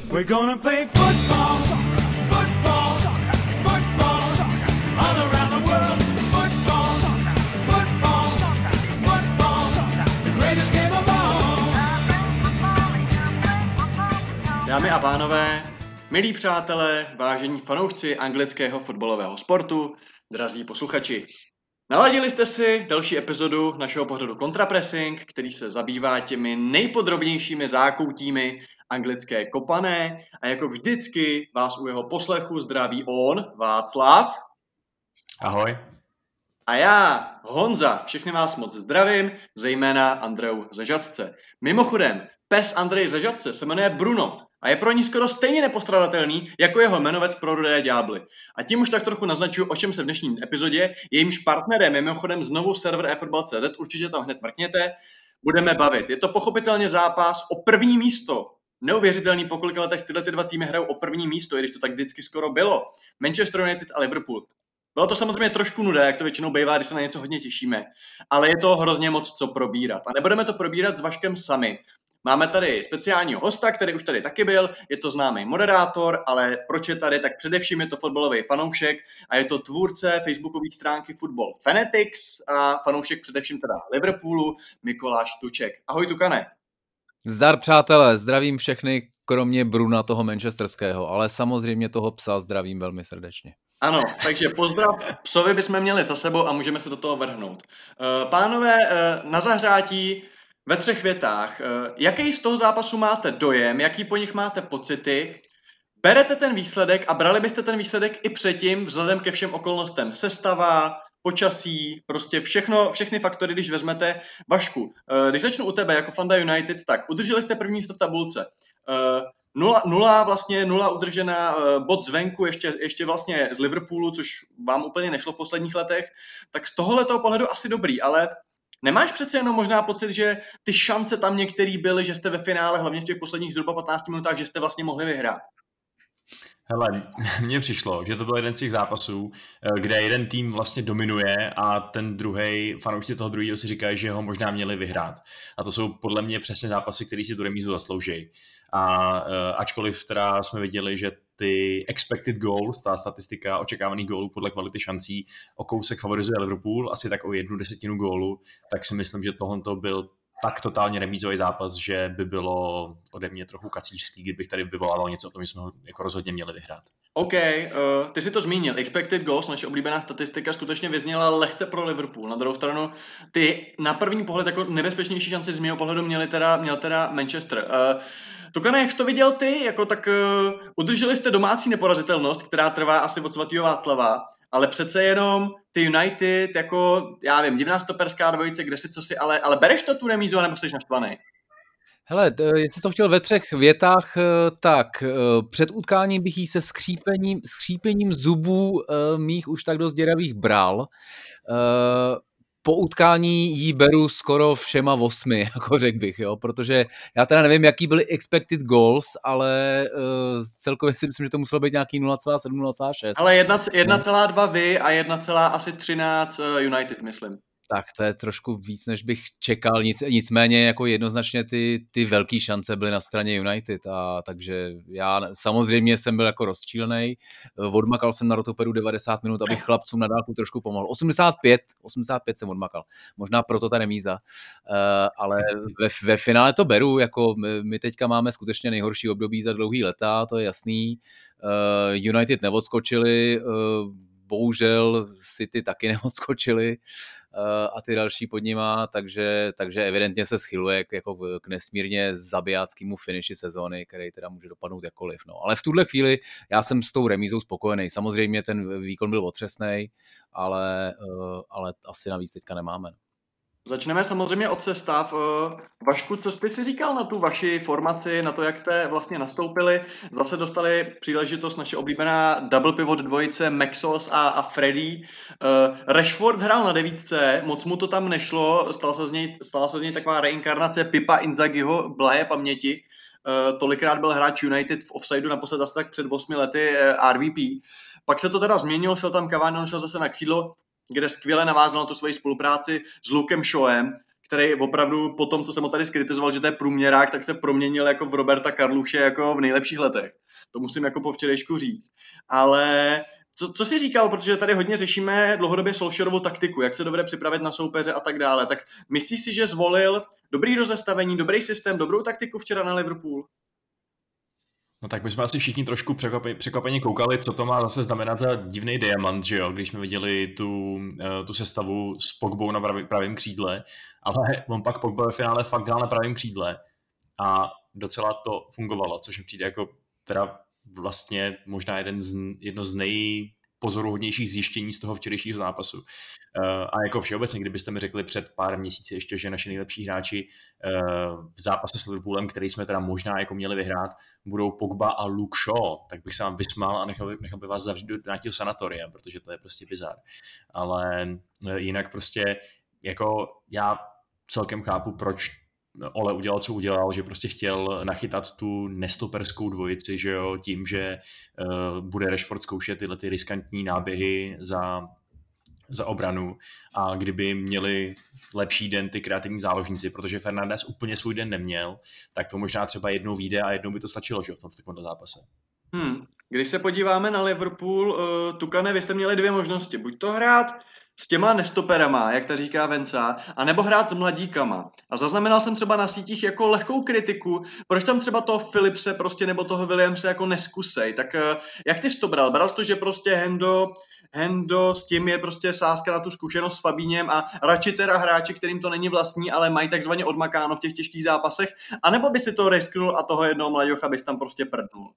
We're gonna play football, football, football, all around the world. Football, football, football, the greatest game of all. Dámy a pánové, milí přátelé, vážení fanoušci anglického fotbalového sportu, drazí posluchači. Naladili jste si další epizodu našeho pořadu Contrapressing, který se zabývá těmi nejpodrobnějšími zákoutími anglické kopané a jako vždycky vás u jeho poslechu zdraví on, Václav. Ahoj. A já, Honza, všechny vás moc zdravím, zejména Andreu Zežadce. Mimochodem, pes Andrej Zežadce se jmenuje Bruno a je pro ní skoro stejně nepostradatelný jako jeho jmenovec pro Rudé ďábly. A tím už tak trochu naznačuju, o čem se v dnešním epizodě, jejímž partnerem je mimochodem znovu server eFootball.cz, určitě tam hned mrkněte, budeme bavit. Je to pochopitelně zápas o první místo. Neuvěřitelný, po kolika letech tyhle dva týmy hrajou o první místo, i když to tak vždycky skoro bylo. Manchester United a Liverpool. Bylo to samozřejmě trošku nuda, jak to většinou bývá, když se na něco hodně těšíme, ale je to hrozně moc co probírat. A nebudeme to probírat s Vaškem sami. Máme tady speciálního hosta, který už tady taky byl, je to známý moderátor, ale proč je tady, tak především je to fotbalový fanoušek a je to tvůrce facebookové stránky Football Fanatics a fanoušek především teda Liverpoolu, Mikoláš Tuček. Ahoj Tukane. Zdar přátelé, zdravím všechny, kromě Bruna toho manchesterského, ale samozřejmě toho psa zdravím velmi srdečně. Ano, takže pozdrav psovi bychom měli za sebou a můžeme se do toho vrhnout. Pánové, na zahřátí ve 3 větách. Jaký z toho zápasu máte dojem, jaký po nich máte pocity? Berete ten výsledek a brali byste ten výsledek i předtím, vzhledem ke všem okolnostem? Sestava, počasí, prostě všechny faktory, když vezmete. Vašku, když začnu u tebe jako fanda United, tak udrželi jste první místo v tabulce. Nula udržená, bod zvenku, ještě vlastně z Liverpoolu, což vám úplně nešlo v posledních letech, tak z tohohletoho pohledu asi dobrý, ale nemáš přece jenom možná pocit, že ty šance tam některý byly, že jste ve finále, hlavně v těch posledních zhruba 15 minutách, že jste vlastně mohli vyhrát? Hele, mně přišlo, že to byl jeden z těch zápasů, kde jeden tým vlastně dominuje a ten druhej, fanoušci toho druhého si říkají, že ho možná měli vyhrát. A to jsou podle mě přesně zápasy, které si tu remízu zaslouží. A ačkoliv teda jsme viděli, že ty expected goals, ta statistika očekávaných gólů podle kvality šancí o kousek favorizuje Liverpool, asi tak o 1/10 gólu, tak si myslím, že tohle byl tak totálně remízový zápas, že by bylo ode mě trochu kacířský, kdybych tady vyvolával něco o tom, že jsme ho jako rozhodně měli vyhrát. OK, ty si to zmínil. Expected goals, naše oblíbená statistika, skutečně vyzněla lehce pro Liverpool. Na druhou stranu, ty na první pohled jako nebezpečnější šanci z mého pohledu měl teda Manchester. Tukane, jak jsi to viděl ty? Jako tak udrželi jste domácí neporazitelnost, která trvá asi od svatého Václava, ale přece jenom ty United, jako, já vím, divná stoperská dvojice, kde si co si, ale bereš to tu remízu, nebo jsi naštvaný? Hele, jestli to chtěl ve 3 větách, tak před utkáním bych jí se skřípením zubů mých už tak dost děravých bral. Po utkání jí beru skoro všema 8, jako řekl bych, jo, protože já teda nevím, jaký byly expected goals, ale celkově si myslím, že to muselo být nějaký 0,7, 0,6. Ale 1,2 vy a 1,13 United, myslím. Tak to je trošku víc, než bych čekal, nicméně jako jednoznačně ty velké šance byly na straně United, a takže já samozřejmě jsem byl jako rozčílený, odmakal jsem na rotoperu 90 minut, abych chlapcům na dálku trošku pomohl. 85 jsem odmakal, možná proto ta remíza, ale ve finále to beru, jako my teďka máme skutečně nejhorší období za dlouhý leta, to je jasný, United neodskočili, bohužel City taky neodskočili a ty další pod nima, takže evidentně se schyluje jako k nesmírně zabijáckému finiši sezóny, který teda může dopadnout jakkoliv. No. Ale v tuhle chvíli já jsem s tou remízou spokojený. Samozřejmě ten výkon byl otřesnej, ale asi navíc teďka nemáme. Začneme samozřejmě od sestav. Vašku, co jsi si říkal na tu vaši formaci, na to, jak jste vlastně nastoupili? Zase dostali příležitost naše oblíbená double pivot dvojice Maxos a Freddy. Rashford hrál na 9, moc mu to tam nešlo, stala se z něj taková reinkarnace Pipa Inzaghiho blahé paměti. Tolikrát byl hráč United v offsideu naposled asi tak před 8 lety RVP. Pak se to teda změnilo, šel tam Cavani, on šel zase na křídlo, kde skvěle navázal na tu svoji spolupráci s Lukem Shawem, který opravdu po tom, co jsem ho tady skritizoval, že to je průměrák, tak se proměnil jako v Roberta Karluše jako v nejlepších letech. To musím jako po včerejšku říct. Ale co jsi říkal, protože tady hodně řešíme dlouhodobě Solskjaerovu taktiku, jak se dovede připravit na soupeře a tak dále, tak myslíš si, že zvolil dobrý rozestavení, dobrý systém, dobrou taktiku včera na Liverpool? No tak my jsme asi všichni trošku překvapeně koukali, co to má zase znamenat za divný diamant, že jo, když jsme viděli tu sestavu s Pogbou na pravém křídle, ale on pak Pogba ve finále fakt dal na pravém křídle a docela to fungovalo, což mi přijde jako teda vlastně možná jedno z nejpozoruhodnějších zjištění z toho včerejšího zápasu. A jako všeobecně, kdybyste mi řekli před pár měsíci ještě, že naši nejlepší hráči v zápase s Liverpoolem, který jsme teda možná jako měli vyhrát, budou Pogba a Luke Shaw, tak bych se vám vysmál a nechal by vás zavřít do nějakého sanatoria, protože to je prostě bizár. Ale jinak prostě jako já celkem chápu, proč Ole udělal, co udělal, že prostě chtěl nachytat tu nestoperskou dvojici, že jo, tím, že bude Rashford zkoušet tyhle ty riskantní náběhy za obranu a kdyby měli lepší den ty kreativní záložníci, protože Fernandes úplně svůj den neměl, tak to možná třeba jednou vyjde a jednou by to stačilo, že v tomto zápase. Když se podíváme na Liverpool, Tukane, vy jste měli dvě možnosti. Buď to hrát s těma nestoperama, jak to říká Venca, anebo hrát s mladíkama. A zaznamenal jsem třeba na sítích jako lehkou kritiku, proč tam třeba toho Philipse prostě nebo toho Williamse jako neskusej. Tak jak ty jsi to bral? Bral jsi to, že prostě Hendo s tím je prostě sázka na tu zkušenost s Fabíněm a radši teda hráči, kterým to není vlastní, ale mají takzvaně odmakáno v těch těžkých zápasech, anebo by si to risknul a toho jednoho mladíka bys tam prostě prdnul?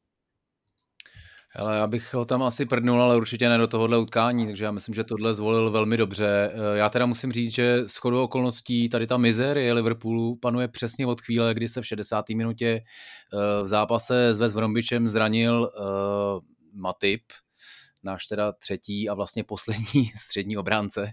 Hele, já bych ho tam asi prdnul, ale určitě ne do tohohle utkání, takže já myslím, že tohle zvolil velmi dobře. Já teda musím říct, že shodou okolností tady ta mizérie Liverpoolu panuje přesně od chvíle, kdy se v 60. minutě v zápase s West Bromwichem zranil Matip, náš teda třetí a vlastně poslední střední obránce.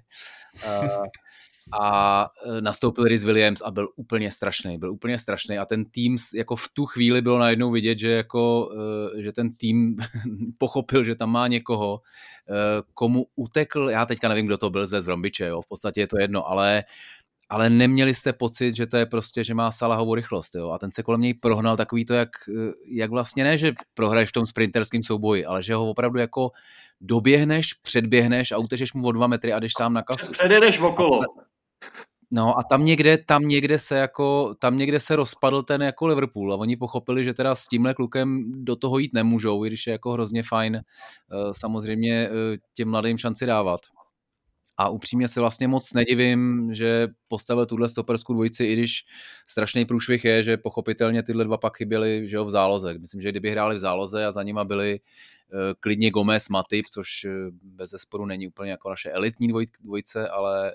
A nastoupil Rhys Williams a byl úplně strašný a ten tým jako v tu chvíli bylo najednou vidět, že ten tým pochopil, že tam má někoho, komu utekl, já teďka nevím, kdo to byl z West Bromwiche, jo, v podstatě je to jedno, ale neměli jste pocit, že to je prostě, že má Salahovu rychlost, jo, a ten se kolem něj prohnal takový to, jak vlastně ne, že prohraješ v tom sprinterském souboji, ale že ho opravdu jako doběhneš, předběhneš a utečeš mu o 2 metry a jdeš sám na kasu. Předjedeš okolo. No a tam někde se rozpadl ten jako Liverpool a oni pochopili, že teda s tímhle klukem do toho jít nemůžou, i když je jako hrozně fajn samozřejmě těm mladým šanci dávat. A upřímně si vlastně moc nedivím, že postavil tuhle stoperskou dvojici, i když strašný průšvih je, že pochopitelně tyhle dva pak chyběly, že jo, v záloze. Myslím, že kdyby hráli v záloze a za nima byli klidně Gomez, Matip, což bez zesporu není úplně jako naše elitní dvojice, ale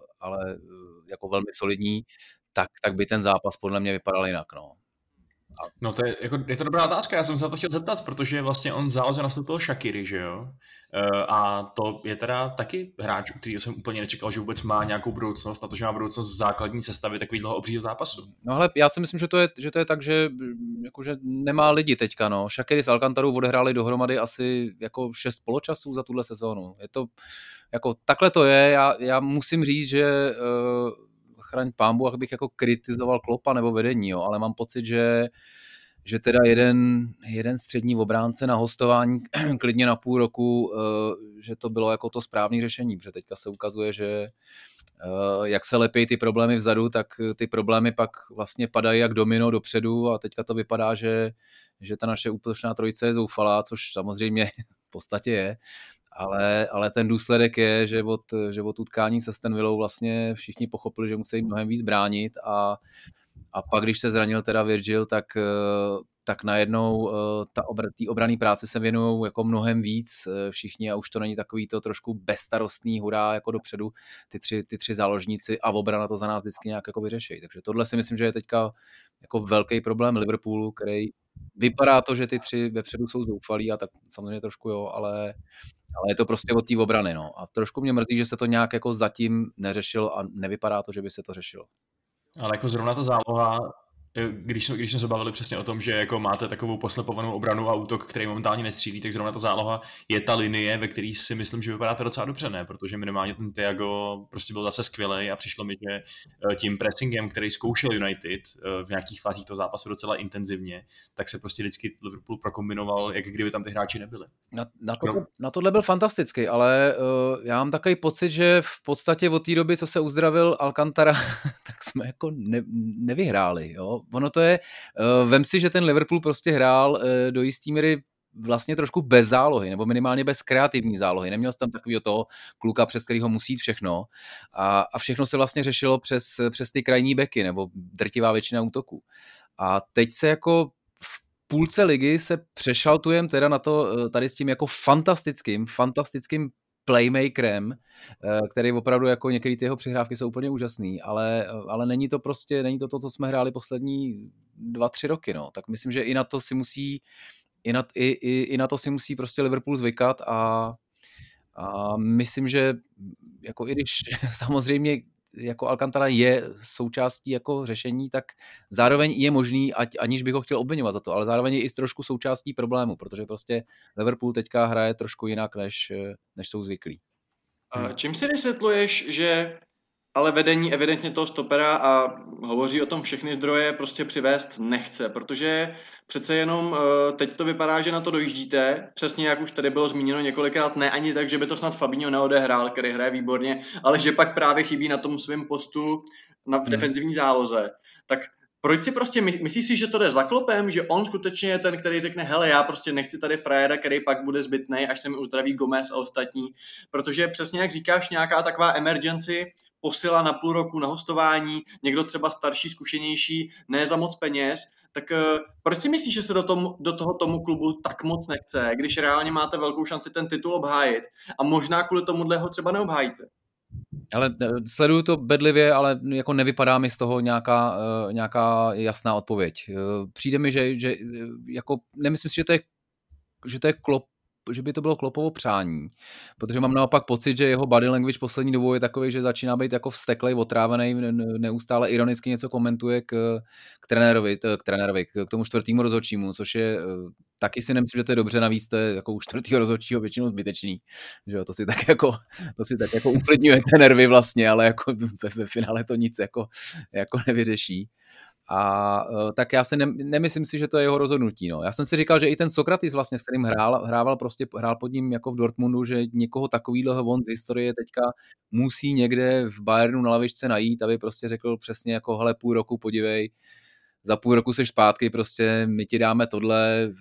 jako velmi solidní, tak by ten zápas podle mě vypadal jinak, no. No to je to dobrá otázka, já jsem se na to chtěl zeptat, protože vlastně on v záloze nastoupil Shaqiri, že jo? A to je teda taky hráč, který jsem úplně nečekal, že vůbec má nějakou budoucnost, na to, že má budoucnost v základní sestavě takovýhle obřího zápasu. No ale já si myslím, že to je tak, že jakože nemá lidi teďka, no. Shaqiri s Alcantarou odehráli dohromady asi jako 6 poločasů za tuhle sezónu. Je to, jako takhle to je, já musím říct, že chraň pánbu, jak bych jako kritizoval Kloppa nebo vedení, jo, ale mám pocit, že teda jeden střední obránce na hostování klidně na půl roku, že to bylo jako to správné řešení, protože teďka se ukazuje, že jak se lepí ty problémy vzadu, tak ty problémy pak vlastně padají jak domino dopředu a teďka to vypadá, že ta naše útočná trojice je zoufalá, což samozřejmě v podstatě je, ale ten důsledek je, že od utkání se Aston Villou vlastně všichni pochopili, že musí mnohem víc bránit a pak, když se zranil teda Virgil, tak najednou té obranné práci se věnují jako mnohem víc všichni a už to není takový to trošku bezstarostný hurá jako dopředu ty tři záložníci a obrana to za nás vždycky nějak jako vyřeší. Takže tohle si myslím, že je teďka jako velký problém Liverpoolu, který vypadá to, že ty tři vepředu jsou zoufalí a tak samozřejmě trošku jo, ale je to prostě od té obrany, no. A trošku mě mrzí, že se to nějak jako zatím neřešilo a nevypadá to, že by se to řešilo. Ale jako zrovna ta záloha Když jsme se bavili přesně o tom, že jako máte takovou poslepovanou obranu a útok, který momentálně nestřílí, tak zrovna ta záloha je ta linie, ve který si myslím, že vypadáte docela dobře, ne? Protože minimálně ten Thiago prostě byl zase skvělej a přišlo mi, že tím pressingem, který zkoušel United v nějakých fázích toho zápasu docela intenzivně, tak se prostě vždycky Liverpool prokombinoval, jak kdyby tam ty hráči nebyli. Na tohle byl fantastický, ale já mám takový pocit, že v podstatě od té doby, co se uzdravil Alcantara, tak jsme jako nevyhráli. Jo? Ono to je, vem si, že ten Liverpool prostě hrál do jistý míry vlastně trošku bez zálohy, nebo minimálně bez kreativní zálohy. Neměl jsem tam takovýho toho kluka, přes kterýho musí jít všechno. A všechno se vlastně řešilo přes ty krajní beky, nebo drtivá většina útoků. A teď se jako půlce ligy se přešaltujem teda na to tady s tím jako fantastickým playmakerem, který opravdu jako některé ty jeho přihrávky jsou úplně úžasný, ale není to co jsme hráli poslední 2-3 roky, no. Tak myslím, že i na to si musí i na to si musí prostě Liverpool zvykat a myslím, že jako i když samozřejmě jako Alcantara je součástí jako řešení, tak zároveň je možný, aniž bych ho chtěl obviňovat za to, ale zároveň je i trošku součástí problému, protože prostě Liverpool teďka hraje trošku jinak, než jsou zvyklí. Čím si vysvětluješ, že ale vedení evidentně toho stopera a hovoří o tom všechny zdroje prostě přivést nechce, protože přece jenom teď to vypadá, že na to dojíždíte, přesně jak už tady bylo zmíněno několikrát, ne ani tak, že by to snad Fabinho neodehrál, který hraje výborně, ale že pak právě chybí na tom svém postu v defenzivní záloze. Tak proč si prostě, myslíš si, že to jde za klopem, že on skutečně je ten, který řekne, hele, já prostě nechci tady frajera, který pak bude zbytnej, až se mi uzdraví Gomez a ostatní, protože přesně jak říkáš, nějaká taková emergency, posila na půl roku na hostování, někdo třeba starší, zkušenější, ne za moc peněz, tak proč si myslíš, že se do toho tomu klubu tak moc nechce, když reálně máte velkou šanci ten titul obhájit a možná kvůli tomuhle ho třeba neobhájíte? Ale sleduju to bedlivě, ale jako nevypadá mi z toho nějaká jasná odpověď. Přijde mi, že jako nemyslím si, že to je že by to bylo Kloppovo přání, protože mám naopak pocit, že jeho body language poslední dobou je takový, že začíná být jako vzteklej, otrávený, neustále ironicky něco komentuje k trenérovi, k tomu čtvrtému rozhodčímu, což je taky si nemyslím, že to je dobře, navíc to je jako u čtvrtého rozhodčího většinou zbytečný, že jo, to si tak jako uklidňuje ty nervy vlastně, ale jako ve finále to nic jako nevyřeší. A tak já si nemyslím si, že to je jeho rozhodnutí. No. Já jsem si říkal, že i ten Sokratis vlastně, s kterým hrál pod ním jako v Dortmundu, že někoho takovýhleho on z historie teďka musí někde v Bayernu na lavičce najít, aby prostě řekl přesně jako hele, půl roku podívej, za půl roku seš zpátky, prostě my ti dáme tohle,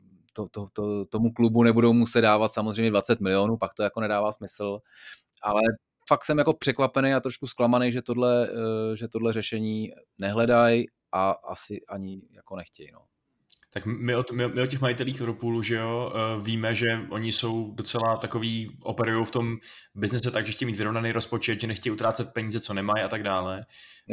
tomu klubu nebudou muset dávat samozřejmě 20 milionů, pak to jako nedává smysl, ale fakt jsem jako překvapený a trošku zklamaný, že tohle řešení nehledají a asi ani jako nechtějí. No. Tak my o těch majitelích Liverpoolu, že jo, víme, že oni jsou docela takový, operují v tom biznese tak, že chtějí mít vyrovnaný rozpočet, že nechtějí utrácet peníze, co nemají a tak dále.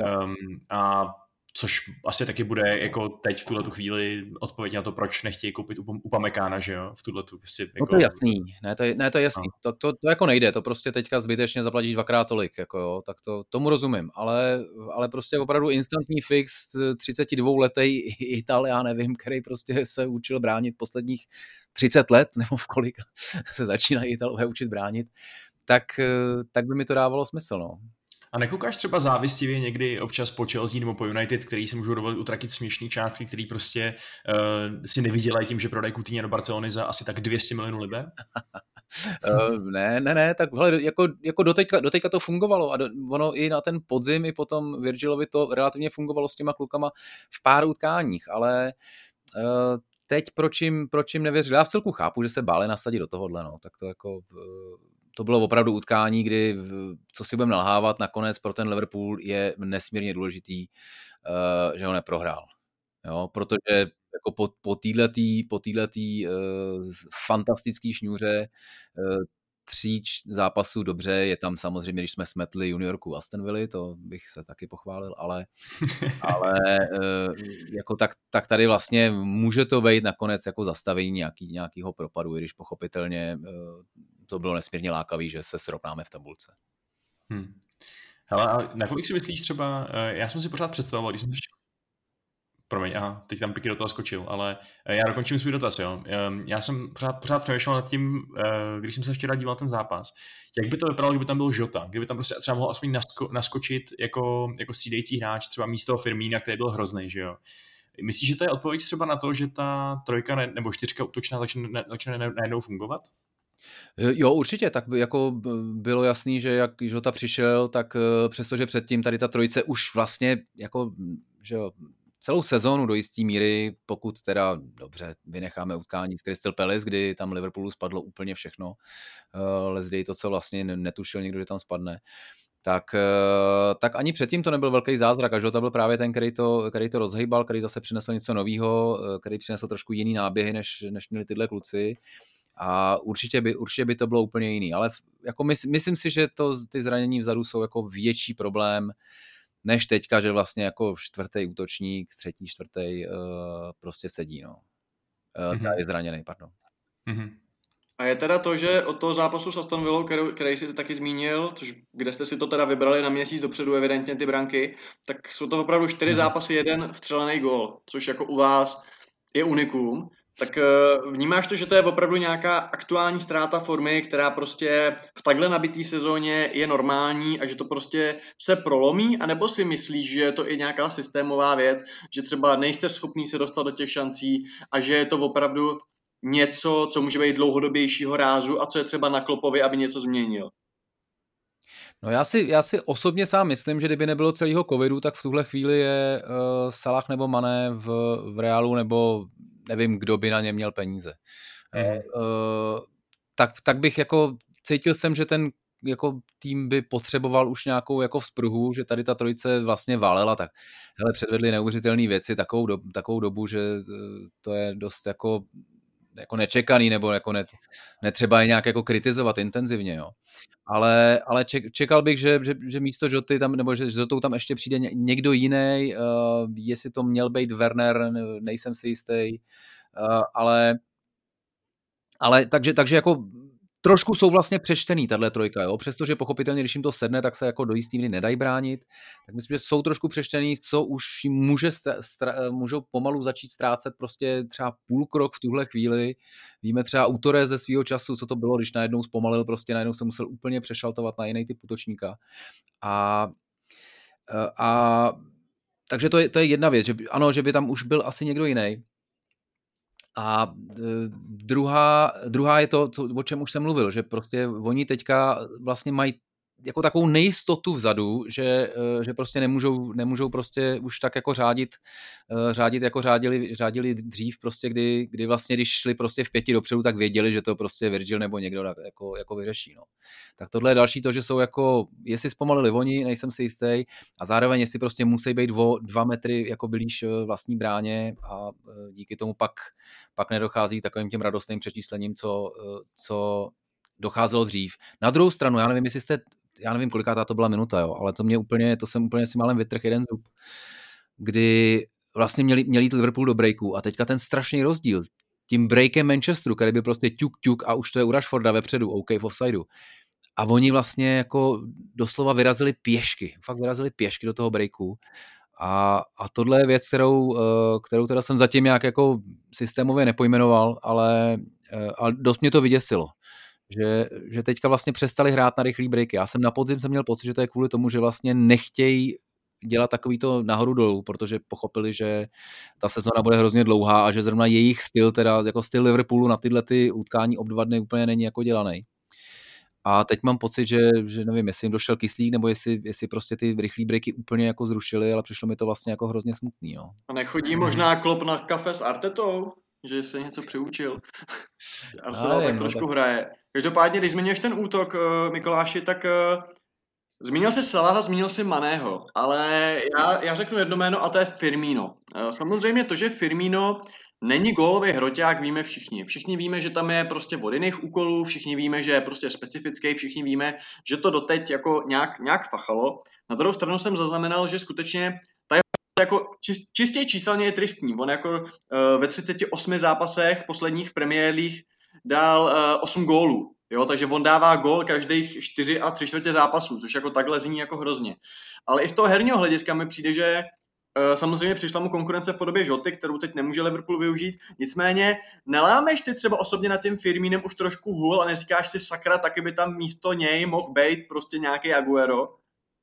A což asi taky bude jako teď v tuhletu chvíli odpověď na to, proč nechtějí koupit Upamekána, že jo, v tuhletu prostě. Jako... No to je jasný, to je jasný, to jako nejde, to prostě teďka zbytečně zaplatíš dvakrát tolik, jako jo, tak tomu rozumím, ale prostě opravdu instantní fix 32letý Ital, já nevím, který prostě se učil bránit posledních 30 let, nebo v kolik se začíná Italové učit bránit, tak by mi to dávalo smysl, no. A nekoukáš třeba závistivě někdy občas po Chelsea nebo po United, který si můžou dovolit utratit směšný částky, který prostě si nevydělají tím, že prodají Coutinho do Barcelony za asi tak 200 milionů liber? Ne, tak hele, jako doteďka to fungovalo a ono i na ten podzim, i potom Virgilovi to relativně fungovalo s těma klukama v pár utkáních, ale teď proč jim nevěřili? Já v celku chápu, že se báli nasadit do tohohle, no, tak to jako... To bylo opravdu utkání, kdy, co si budeme nalhávat, nakonec pro ten Liverpool je nesmírně důležitý, že ho neprohrál. Jo, protože jako po této fantastický šňůře 3 zápasů dobře, je tam samozřejmě, když jsme smetli juniorku Aston Villa, to bych se taky pochválil, ale jako tak tady vlastně může to být nakonec jako zastavení nějakého propadu, i když pochopitelně to bylo nesmírně lákavý, že se srovnáme v tabulce. Hele, a nakolik si myslíš třeba, já jsem si pořád představoval, když jsem Promiň, aha, teď tam Piky do toho skočil, ale já dokončím svůj dotaz, jo. Já jsem pořád přemýšlel nad tím, když jsem se včera díval na ten zápas, jak by to vypadalo, kdyby tam byl Jota, kdyby tam prostě třeba mohl aspoň naskočit jako střídající hráč, třeba místo Firmína, který byl hrozný, že jo. Myslíš, že to je odpověď třeba na to, že ta trojka nebo čtyřka útočná začne najednou fungovat? Jo, určitě, tak by jako bylo jasný, že jak Jota přišel, tak přestože předtím tady ta trojice už vlastně jako, že jo, celou sezónu do jisté míry, pokud teda dobře vynecháme utkání s Crystal Palace, kdy tam Liverpoolu spadlo úplně všechno, Leslie to, co vlastně netušil nikdo, že tam spadne, tak ani předtím to nebyl velký zázrak a Jota byl právě ten, který to rozhejbal, který zase přinesl něco nového, který přinesl trošku jiný náběhy, než měli tyhle kluci. A určitě by to bylo úplně jiný, ale jako myslím si, že ty zranění vzadu jsou jako větší problém, než teďka, že vlastně jako čtvrtý útočník, třetí, čtvrtý prostě sedí, no. Je zraněný, pardon. Mm-hmm. A je teda to, že od toho zápasu s Aston Villou, který jsi taky zmínil, kde jste si to teda vybrali na měsíc dopředu, evidentně ty branky, tak jsou to opravdu 4 zápasy, 1 vstřelený gól, což jako u vás je unikum. Tak vnímáš to, že to je opravdu nějaká aktuální ztráta formy, která prostě v takhle nabitý sezóně je normální a že to prostě se prolomí, anebo si myslíš, že je to i nějaká systémová věc, že třeba nejste schopný se dostat do těch šancí a že je to opravdu něco, co může být dlouhodobějšího rázu a co je třeba na Kloppovi, aby něco změnil? No já si osobně sám myslím, že kdyby nebylo celého covidu, tak v tuhle chvíli je Salah nebo Mané v Reálu, nebo nevím, kdo by na ně měl peníze. Tak bych jako cítil jsem, že ten jako tým by potřeboval už nějakou jako vzpruhu, že tady ta trojice vlastně válela, tak hele, předvedli neuvěřitelné věci takovou dobu, že to je dost jako nečekaný, nebo jako netřeba je nějak jako kritizovat intenzivně, jo. Ale čekal bych, že místo Joty tam, nebo že s Jotou tam ještě přijde někdo jiný, jestli to měl být Werner, nejsem si jistý, ale takže jako trošku jsou vlastně přečtený tahle trojka, jo? Přestože pochopitelně, když jim to sedne, tak se jako do jistý míry nedají bránit, tak myslím, že jsou trošku přečtený, co už můžou pomalu začít ztrácet prostě třeba půl krok v tuhle chvíli. Víme třeba Autore ze svýho času, co to bylo, když najednou zpomalil, prostě najednou se musel úplně přešaltovat na jiný typ útočníka. Takže to je jedna věc, že ano, že by tam už byl asi někdo jiný. A druhá je to, o čem už jsem mluvil, že prostě oni teďka vlastně mají jako takovou nejistotu vzadu, že prostě nemůžou prostě už tak jako řádit jako řádili dřív, prostě kdy vlastně, když šli prostě v 5 dopředu, tak věděli, že to prostě Virgil nebo někdo jako vyřeší, no. Tak tohle je další to, že jsou jako, jestli zpomalili oni, nejsem si jistý, a zároveň jestli prostě musí být o 2 metry jako blíž vlastní bráně a díky tomu pak nedochází k takovým těm radostným přečíslením, co docházelo dřív. Na druhou stranu, já nevím, kolikátá to byla minuta, jo, ale to jsem úplně si málem vytrhl jeden zub, kdy vlastně měli jít Liverpool do breaku a teďka ten strašný rozdíl tím breakem Manchesteru, který byl prostě ťuk a už to je u Rashforda vepředu, OK, v offsideu. A oni vlastně jako doslova vyrazili pěšky do toho breaku. A tohle je věc, kterou teda jsem zatím nějak jako systémově nepojmenoval, ale dost mě to vyděsilo. Že teďka vlastně přestali hrát na rychlý breaky. Já jsem na podzim měl pocit, že to je kvůli tomu, že vlastně nechtějí dělat takový to nahoru dolů, protože pochopili, že ta sezona bude hrozně dlouhá a že zrovna jejich styl, teda jako styl Liverpoolu na tyhle ty utkání ob 2 dny úplně není jako dělaný. A teď mám pocit, že nevím, jestli jim došel kyslík, nebo jestli prostě ty rychlý breaky úplně jako zrušili, ale přišlo mi to vlastně jako hrozně smutný, no. A nechodí možná Klopp na kafe s Artetou? Že se něco přiučil. Arsenal tak trošku hraje. Každopádně, když zmíníš ten útok, Mikuláši, tak zmínil jsi Salaha, zmínil jsi Maného, ale já řeknu jedno jméno a to je Firmino. Samozřejmě to, že Firmino není gólový hroťák, víme všichni. Všichni víme, že tam je prostě od jiných úkolů, všichni víme, že je prostě specifický, všichni víme, že to doteď jako nějak fachalo. Na druhou stranu jsem zaznamenal, že skutečně jako čistě číselně je tristní. On jako ve 38 zápasech posledních v Premier League dal 8 gólů. Jo? Takže on dává gól každých 4 3/4 zápasů, což jako takhle zní jako hrozně. Ale i z toho herního hlediska mi přijde, že Samozřejmě přišla mu konkurence v podobě Žoty, kterou teď nemůže Liverpool využít. Nicméně nelámeš ty třeba osobně nad tím Firmínem už trošku hůl a neříkáš si sakra, taky by tam místo něj mohl být prostě nějaký Aguero?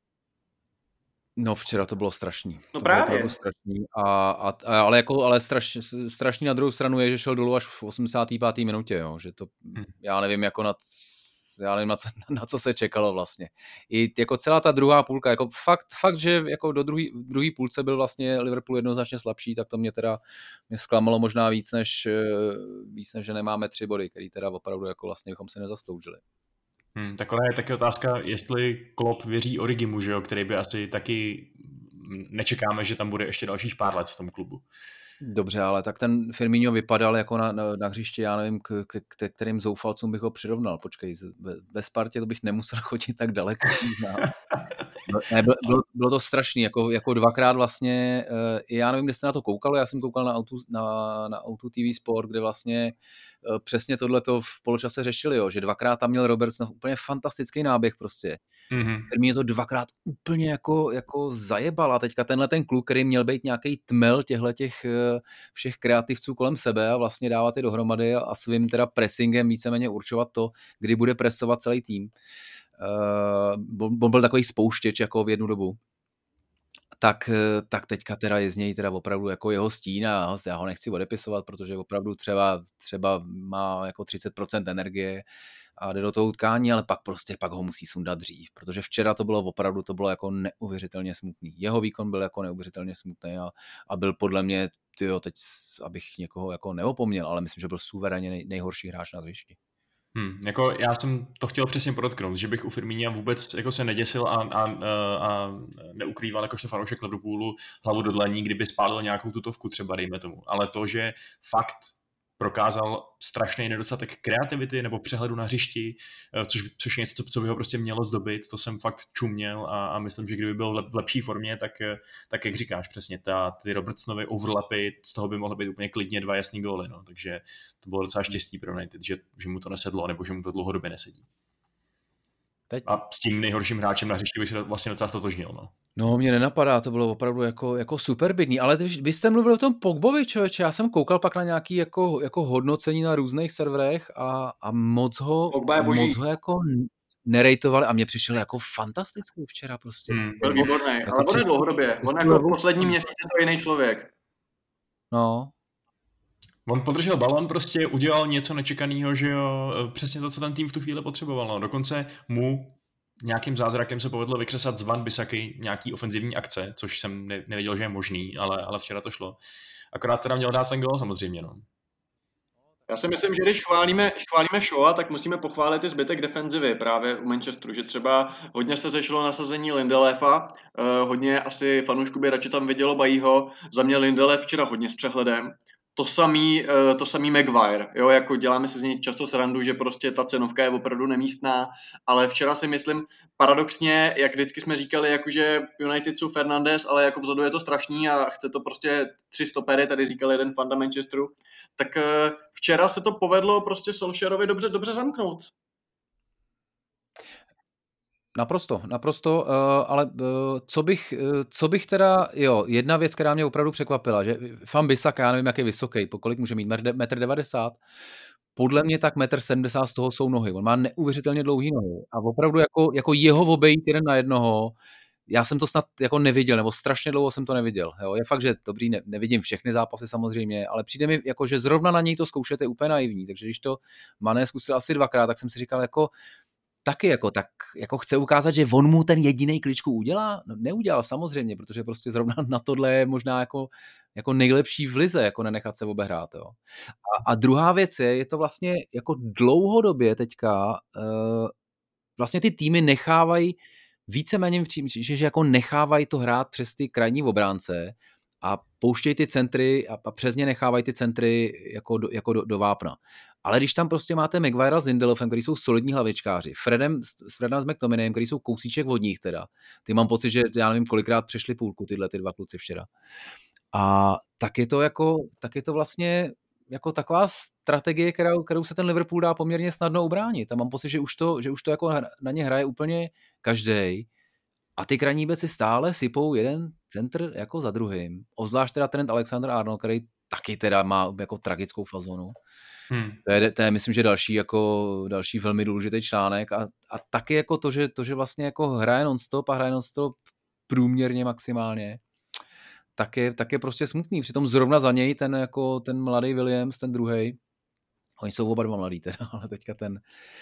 No včera to bylo strašný. No To bylo právě. opravdu strašný. Ale strašný na druhou stranu je, že šel dolů až v 85. minutě, jo, že to, já nevím, jako já nevím, na co se čekalo vlastně. I jako celá ta druhá půlka, jako fakt, že jako do druhé půlce byl vlastně Liverpool jednoznačně slabší, tak to mě zklamalo možná víc, než že nemáme 3 body, který teda opravdu jako vlastně bychom se nezasloužili. Taková je taky otázka, jestli Klopp věří Origimu, že jo, který by asi taky nečekáme, že tam bude ještě dalších pár let v tom klubu. Dobře, ale tak ten Firmino vypadal jako na hřišti, já nevím, k kterým zoufalcům bych ho přirovnal. Počkej, ve Spartě to bych nemusel chodit tak daleko. Ne, bylo to strašný, jako dvakrát vlastně, já nevím, kde jste na to koukal, já jsem koukal na Auto TV Sport, kde vlastně přesně tohleto v poločase řešili, jo, že dvakrát tam měl Robertson úplně fantastický náběh prostě. Firmino to dvakrát úplně jako zajebal a teďka tenhle ten kluk, který měl být nějaký tmel těch všech kreativců kolem sebe a vlastně dávat je dohromady a svým teda pressingem víceméně určovat to, kdy bude presovat celý tým. Byl takový spouštěč jako v jednu dobu. Tak teďka teda je z něj teda opravdu jako jeho stín a já ho nechci odepisovat, protože opravdu třeba má jako 30% energie a jde do toho utkání, ale pak ho musí sundat dřív, protože včera to bylo jako neuvěřitelně smutný. Jeho výkon byl jako neuvěřitelně smutný a byl podle mě, teď abych někoho jako neopomněl, ale myslím, že byl suverénně nejhorší hráč na hřišti. Jako já jsem to chtěl přesně podotknout, že bych u Firmína vůbec jako se neděsil a neukrýval jakožto fanoušek Liverpoolu hlavu do dlaní, kdyby spálil nějakou tutovku třeba, dejme tomu. Ale to, že fakt prokázal strašný nedostatek kreativity nebo přehledu na hřišti, což je něco, co by ho prostě mělo zdobit, to jsem fakt čuměl a myslím, že kdyby byl v lepší formě, tak jak říkáš přesně, ty Robertsonovy overlapy, z toho by mohly být úplně klidně 2 jasný góly, no. Takže to bylo docela štěstí pro United, že mu to nesedlo, nebo že mu to dlouhodobě nesedí. Teď. A s tím nejhorším hráčem na hřišti bych se vlastně docela stotožnil, no. No, mě nenapadá, to bylo opravdu jako super bydný, ale vy jste mluvil o tom Pogbovi, člověče, já jsem koukal pak na nějaký jako hodnocení na různých serverech a moc ho jako nerejtovali a mě přišel jako fantastický včera prostě. Byl výborný, ale on je dlouhodobě, on jako v poslední měsíc je to jiný člověk. No. On podržel balon, prostě udělal něco nečekaného, že jo, přesně to, co ten tým v tu chvíli potřeboval. No. Dokonce mu nějakým zázrakem se povedlo vykřesat z Van Bissaky nějaký ofenzivní akce, což jsem nevěděl, že je možný, ale včera to šlo. Akorát teda měl dát ten gól samozřejmě, no. Já si myslím, že když chválíme Shawa, tak musíme pochválit i zbytek defenzivy právě u Manchesteru, že třeba hodně se řešilo nasazení Lindelefa, hodně asi fanoušků by radši tam vidělo Baillyho, za mě Lindelöf včera hodně s přehledem. To samý Maguire, jo, jako děláme si z něj často srandu, že prostě ta cenovka je opravdu nemístná, ale včera si myslím, paradoxně, jak vždycky jsme říkali, jakože United jsou Fernandes, ale jako vzadu je to strašný a chce to prostě 3 stopery, tady říkal jeden fanda Manchesteru, tak včera se to povedlo prostě Solskjaerovi dobře zamknout. Naprosto, ale co bych teda, jedna věc, která mě opravdu překvapila, že Van Bissaka, já nevím, jak je vysoký, kolik může mít, 1,90 m, podle mě tak 1,70 m z toho jsou nohy, on má neuvěřitelně dlouhý nohy a opravdu jako jeho obejít jeden na jednoho, já jsem to snad jako neviděl, nebo strašně dlouho jsem to neviděl, jo, je fakt, že dobrý, nevidím všechny zápasy samozřejmě, ale přijde mi jako, že zrovna na něj to zkoušet je úplně naivní, takže když to Mané zkusil asi 2krát, tak jsem si říkal taky jako chce ukázat, že on mu ten jediný kličku udělá? No, neudělal samozřejmě, protože prostě zrovna na tohle je možná jako nejlepší v lize, jako nenechat se obehrát. Jo. A druhá věc je to vlastně jako dlouhodobě teďka vlastně ty týmy nechávají víceméně, že jako nechávají to hrát přes ty krajní obránce a pouštějí ty centry a přes ně nechávají ty centry jako do vápna. Ale když tam prostě máte Maguirea s Lindelöfem, který jsou solidní hlavičkáři, Fredem s McTominayem, který jsou kousíček od nich teda, ty mám pocit, že já nevím, kolikrát přešli půlku tyhle ty 2 kluci včera. A tak je to vlastně jako taková strategie, kterou se ten Liverpool dá poměrně snadno ubránit. A mám pocit, že už to jako na ně hraje úplně každej. A ty krajní beci stále sypou jeden centr jako za druhým. Obzvlášť teda Trent Alexander-Arnold, který taky teda má jako tragickou fazonu. To je myslím, že další velmi důležitý článek a taky jako to, že vlastně jako hraje non-stop a hraje non-stop průměrně maximálně, tak je prostě smutný. Přitom zrovna za něj ten mladý Williams, ten druhej, oni jsou oba dva mladý teda, ale teďka ten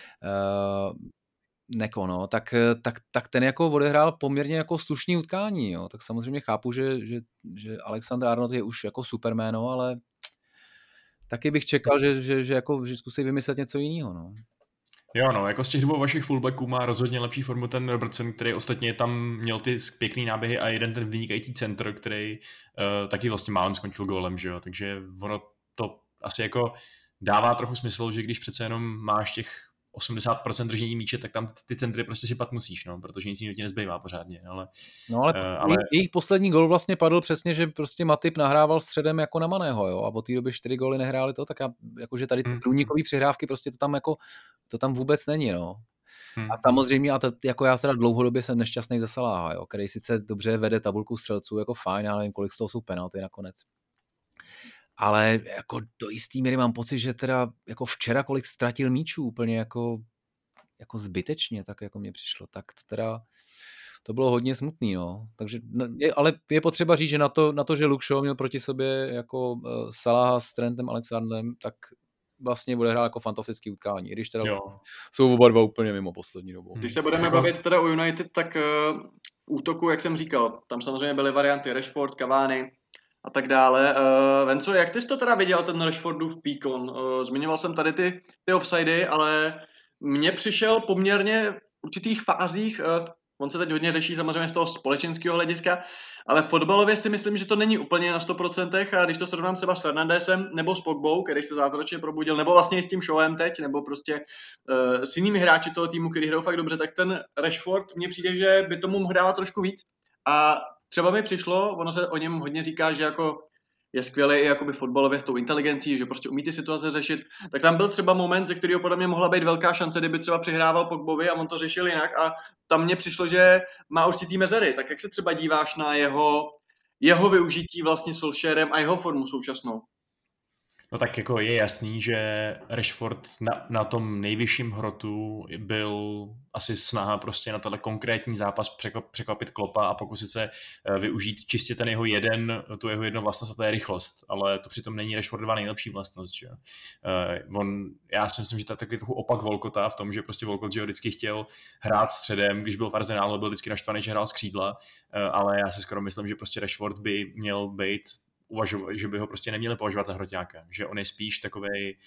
Neko, no, tak ten jako odehrál poměrně jako slušný utkání, jo. Tak samozřejmě chápu, že Alexander Arnold je už jako superméno, ale taky bych čekal, že zkusí vymyslet něco jiného, no. Jo, no, jako z těch dvou vašich fullbacků má rozhodně lepší formu ten Robertson, který ostatně tam měl ty pěkný náběhy a jeden ten vynikající centr, který taky vlastně málem skončil gólem, že jo, takže ono to asi jako dává trochu smysl, že když přece jenom máš těch 80% držení míče, tak tam ty centry prostě sypat musíš, no, protože nic jiného ti nezbývá pořádně, ale... No ale jejich poslední gól vlastně padl přesně, že prostě Matip nahrával středem jako na Maného, jo, a od té doby 4 góly nehráli to, tak jakože tady ty průnikový přihrávky prostě to tam vůbec není, no. A samozřejmě, jako já teda dlouhodobě jsem nešťastný ze Salaha, jo, který sice dobře vede tabulku střelců, jako fajn, já nevím, kolik z toho jsou penalty nakonec. Ale jako do jistý míry mám pocit, že teda jako včera kolik ztratil míčů úplně jako zbytečně, tak jako mně přišlo. Tak teda to bylo hodně smutný, no. Takže, ale je potřeba říct, že na to, že Luke Shaw měl proti sobě jako Salaha s Trentem Alexanderem, tak vlastně odehrál jako fantastický utkání, když teda jsou oba dva úplně mimo poslední dobu. Když se budeme bavit teda o United, tak v útoku, jak jsem říkal, tam samozřejmě byly varianty Rashford, Cavani a tak dále. Venco, jak ty jsi to teda viděl, ten Rashfordův výkon? Zmiňoval jsem tady ty offsidy, ale mně přišel poměrně v určitých fázích, on se teď hodně řeší samozřejmě z toho společenského hlediska, ale fotbalově si myslím, že to není úplně na 100% a když to srovnám třeba s Fernandesem nebo s Pogbou, který se zázračně probudil, nebo vlastně i s tím Shawem teď, nebo prostě s jinými hráči toho týmu, který hrajou fakt dobře, tak ten Rashford mně přijde, že by tomu mohl dávat trošku víc a třeba mi přišlo, ono se o něm hodně říká, že jako je skvělý i jakoby fotbalově s tou inteligencí, že prostě umí ty situace řešit, tak tam byl třeba moment, ze kterého podle mě mohla být velká šance, kdyby třeba přihrával Pogbovi a on to řešil jinak a tam mně přišlo, že má určitý mezery. Tak jak se třeba díváš na jeho využití vlastně Solskjaerem a jeho formu současnou? No tak jako je jasný, že Rashford na tom nejvyšším hrotu byl asi snaha prostě na tenhle konkrétní zápas překvapit Kloppa a pokusit se využít čistě tu jeho jednu vlastnost a to je rychlost, ale to přitom není Rashfordova nejlepší vlastnost, že? Já si myslím, že to je taky trochu opak Walcota v tom, že prostě Walcott že vždycky chtěl hrát středem, když byl v Arsenálu, byl vždycky naštvaný, že hrál z křídla, ale já si skoro myslím, že prostě Rashford by měl být že by ho prostě neměli považovat za hroťáka, že on je spíš takovej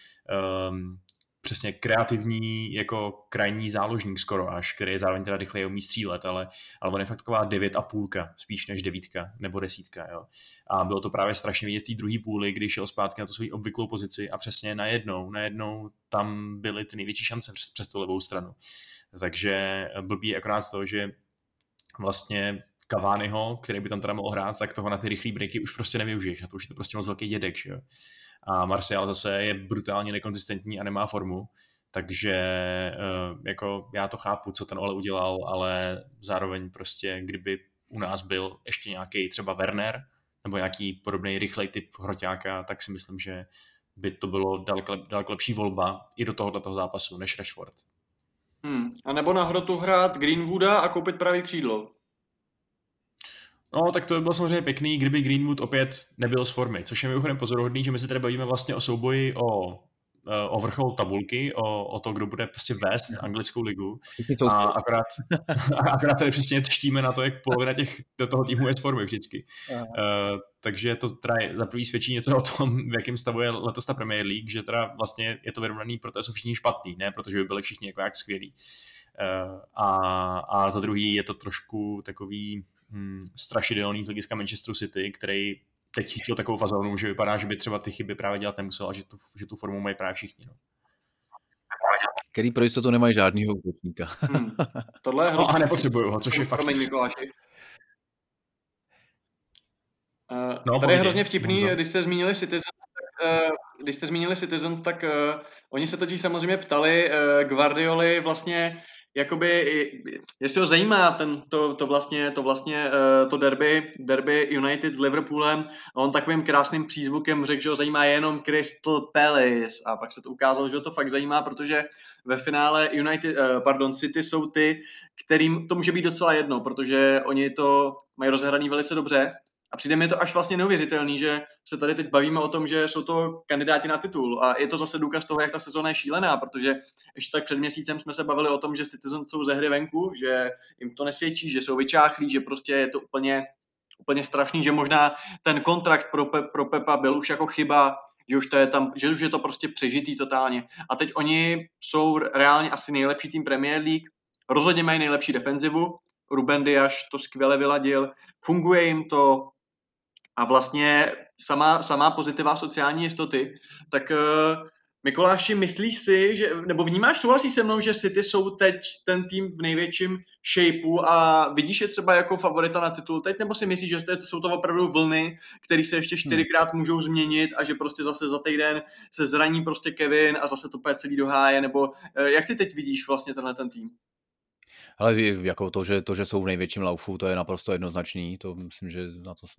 přesně kreativní jako krajní záložník skoro až, který je zároveň teda rychleji umí střílet, ale on je fakt taková 9,5 spíš než 9 nebo 10, jo. A bylo to právě strašně vidět v té druhé půli, když šel zpátky na tu svou obvyklou pozici a přesně najednou tam byly ty největší šance přes tu levou stranu. Takže blbý je akorát z toho, že vlastně Cavaniho, který by tam teda mohl hrát, tak toho na ty rychlý breaky už prostě nevyužiješ. A to už je to prostě moc velký dědek, že jo. A Martial zase je brutálně nekonzistentní a nemá formu, takže jako já to chápu, co ten Ole udělal, ale zároveň prostě, kdyby u nás byl ještě nějaký třeba Werner, nebo nějaký podobný rychlej typ hroťáka, tak si myslím, že by to bylo daleko lepší volba i do tohoto zápasu, než Rashford. A nebo na hrotu hrát Greenwooda a koupit pravý křídlo. No, tak to by bylo samozřejmě pěkný, kdyby Greenwood opět nebyl z formy, což je mimochodem pozoruhodný, že my se tady bavíme vlastně o souboji o vrchol tabulky, o to, kdo bude prostě vést anglickou ligu. A akorát tady přesně třtíme na to, jak polovina do toho týmu je z formy vždycky. Takže to teda za prvý svědčí něco o tom, v jakém stavu je letos ta Premier League, že teda vlastně je to vyrovnaný, protože jsou všichni špatný, ne protože by byli všichni jako jak skvělí. A za druhý je to trošku takový strašidelný z hlediska Manchesteru City, který teď chytil takovou fazonu, že vypadá, že by třeba ty chyby právě dělat nemusel a že tu formu mají právě všichni. No. Který pro jistotu nemají žádnýho útočníka. Tohle je a nepotřebuju ho, což je fakt. Tady je hrozně vtipný, když jste zmínili Citizens, tak oni se totiž samozřejmě ptali Guardioli vlastně, jestli ho zajímá to derby United s Liverpoolem, a on takovým krásným přízvukem řekl, že ho zajímá jenom Crystal Palace, a pak se to ukázalo, že ho to fakt zajímá, protože ve finále City jsou ty, kterým to může být docela jedno, protože oni to mají rozehraný velice dobře. A přijde mi to až vlastně neuvěřitelný, že se tady teď bavíme o tom, že jsou to kandidáti na titul. A je to zase důkaz toho, jak ta sezóna je šílená, protože ještě tak před měsícem jsme se bavili o tom, že Citizen jsou ze hry venku, že jim to nesvědčí, že jsou vyčáchlí, že prostě je to úplně strašný, že možná ten kontrakt pro Pepa byl už jako chyba, že už je to prostě přežitý totálně. A teď oni jsou reálně asi nejlepší tým Premier League, rozhodně mají nejlepší defenzivu, Ruben Dias to skvěle vyladil, funguje jim to, a vlastně samá pozitiva sociální jistoty, tak Mikuláši, myslíš si, nebo souhlasíš se mnou, že City jsou teď ten tým v největším shapeu a vidíš je třeba jako favorita na titul teď, nebo si myslíš, že jsou to opravdu vlny, které se ještě 4krát můžou změnit a že prostě zase za týden se zraní prostě Kevin a zase to půjde celý do háje, nebo jak ty teď vidíš vlastně tenhle ten tým? Ale jako to, že jsou v největším laufu, to je naprosto jednoznačný. To myslím, že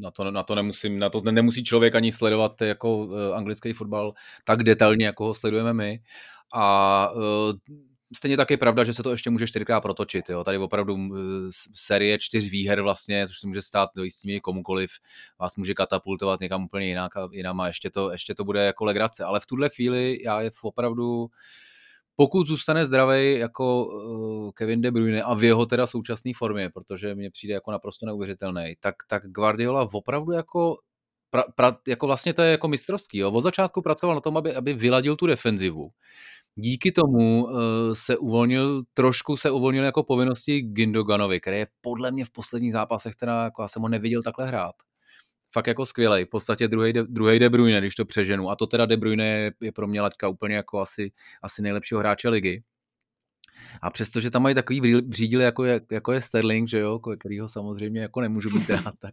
na to nemusí člověk ani sledovat jako anglický fotbal tak detailně, jako ho sledujeme my. A stejně tak je pravda, že se to ještě může 4krát protočit. Jo. Tady opravdu série 4 výher vlastně, což se může stát do jistý míry komukoliv, vás může katapultovat někam úplně jinam a ještě to bude jako legrace. Ale v tuhle chvíli já je opravdu, pokud zůstane zdravý jako Kevin De Bruyne a v jeho teda současné formě, protože mně přijde jako naprosto neuvěřitelný, tak Guardiola opravdu jako vlastně to je jako mistrovský. Jo. Od začátku pracoval na tom, aby vyladil tu defenzivu. Díky tomu se uvolnil jako povinnosti Gündoganovi, který je podle mě v posledních zápasech, teda jako já jsem ho neviděl takhle hrát. Fakt jako skvělej. V podstatě druhý De Bruyne, když to přeženu. A to teda De Bruyne je pro mě laťka úplně jako asi nejlepšího hráče ligy. A přestože tam mají takový břídily, jako je Sterling, že jo, kterýho samozřejmě jako nemůžu být rád, tak...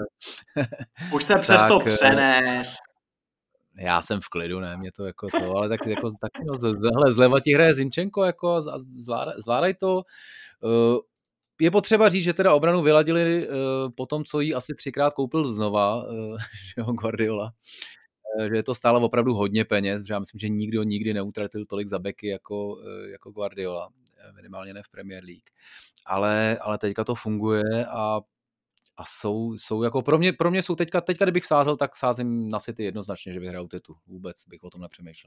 Už se přesto přenes. Já jsem v klidu, ne, mě to jako to, ale taky zleva ti hraje Zinchenko, jako zvládaj to. Je potřeba říct, že teda obranu vyladili po tom, co jí asi 3krát koupil znova, že jo, Guardiola. Že je to stále opravdu hodně peněz, protože já myslím, že nikdo nikdy neutratil tolik za beky jako Guardiola, minimálně ne v Premier League. Ale teďka to funguje a jsou jako pro mě jsou teďka kdybych sázel, tak sázím na City jednoznačně, že vyhrajou titul. Vůbec bych o tom nepřemýšlel.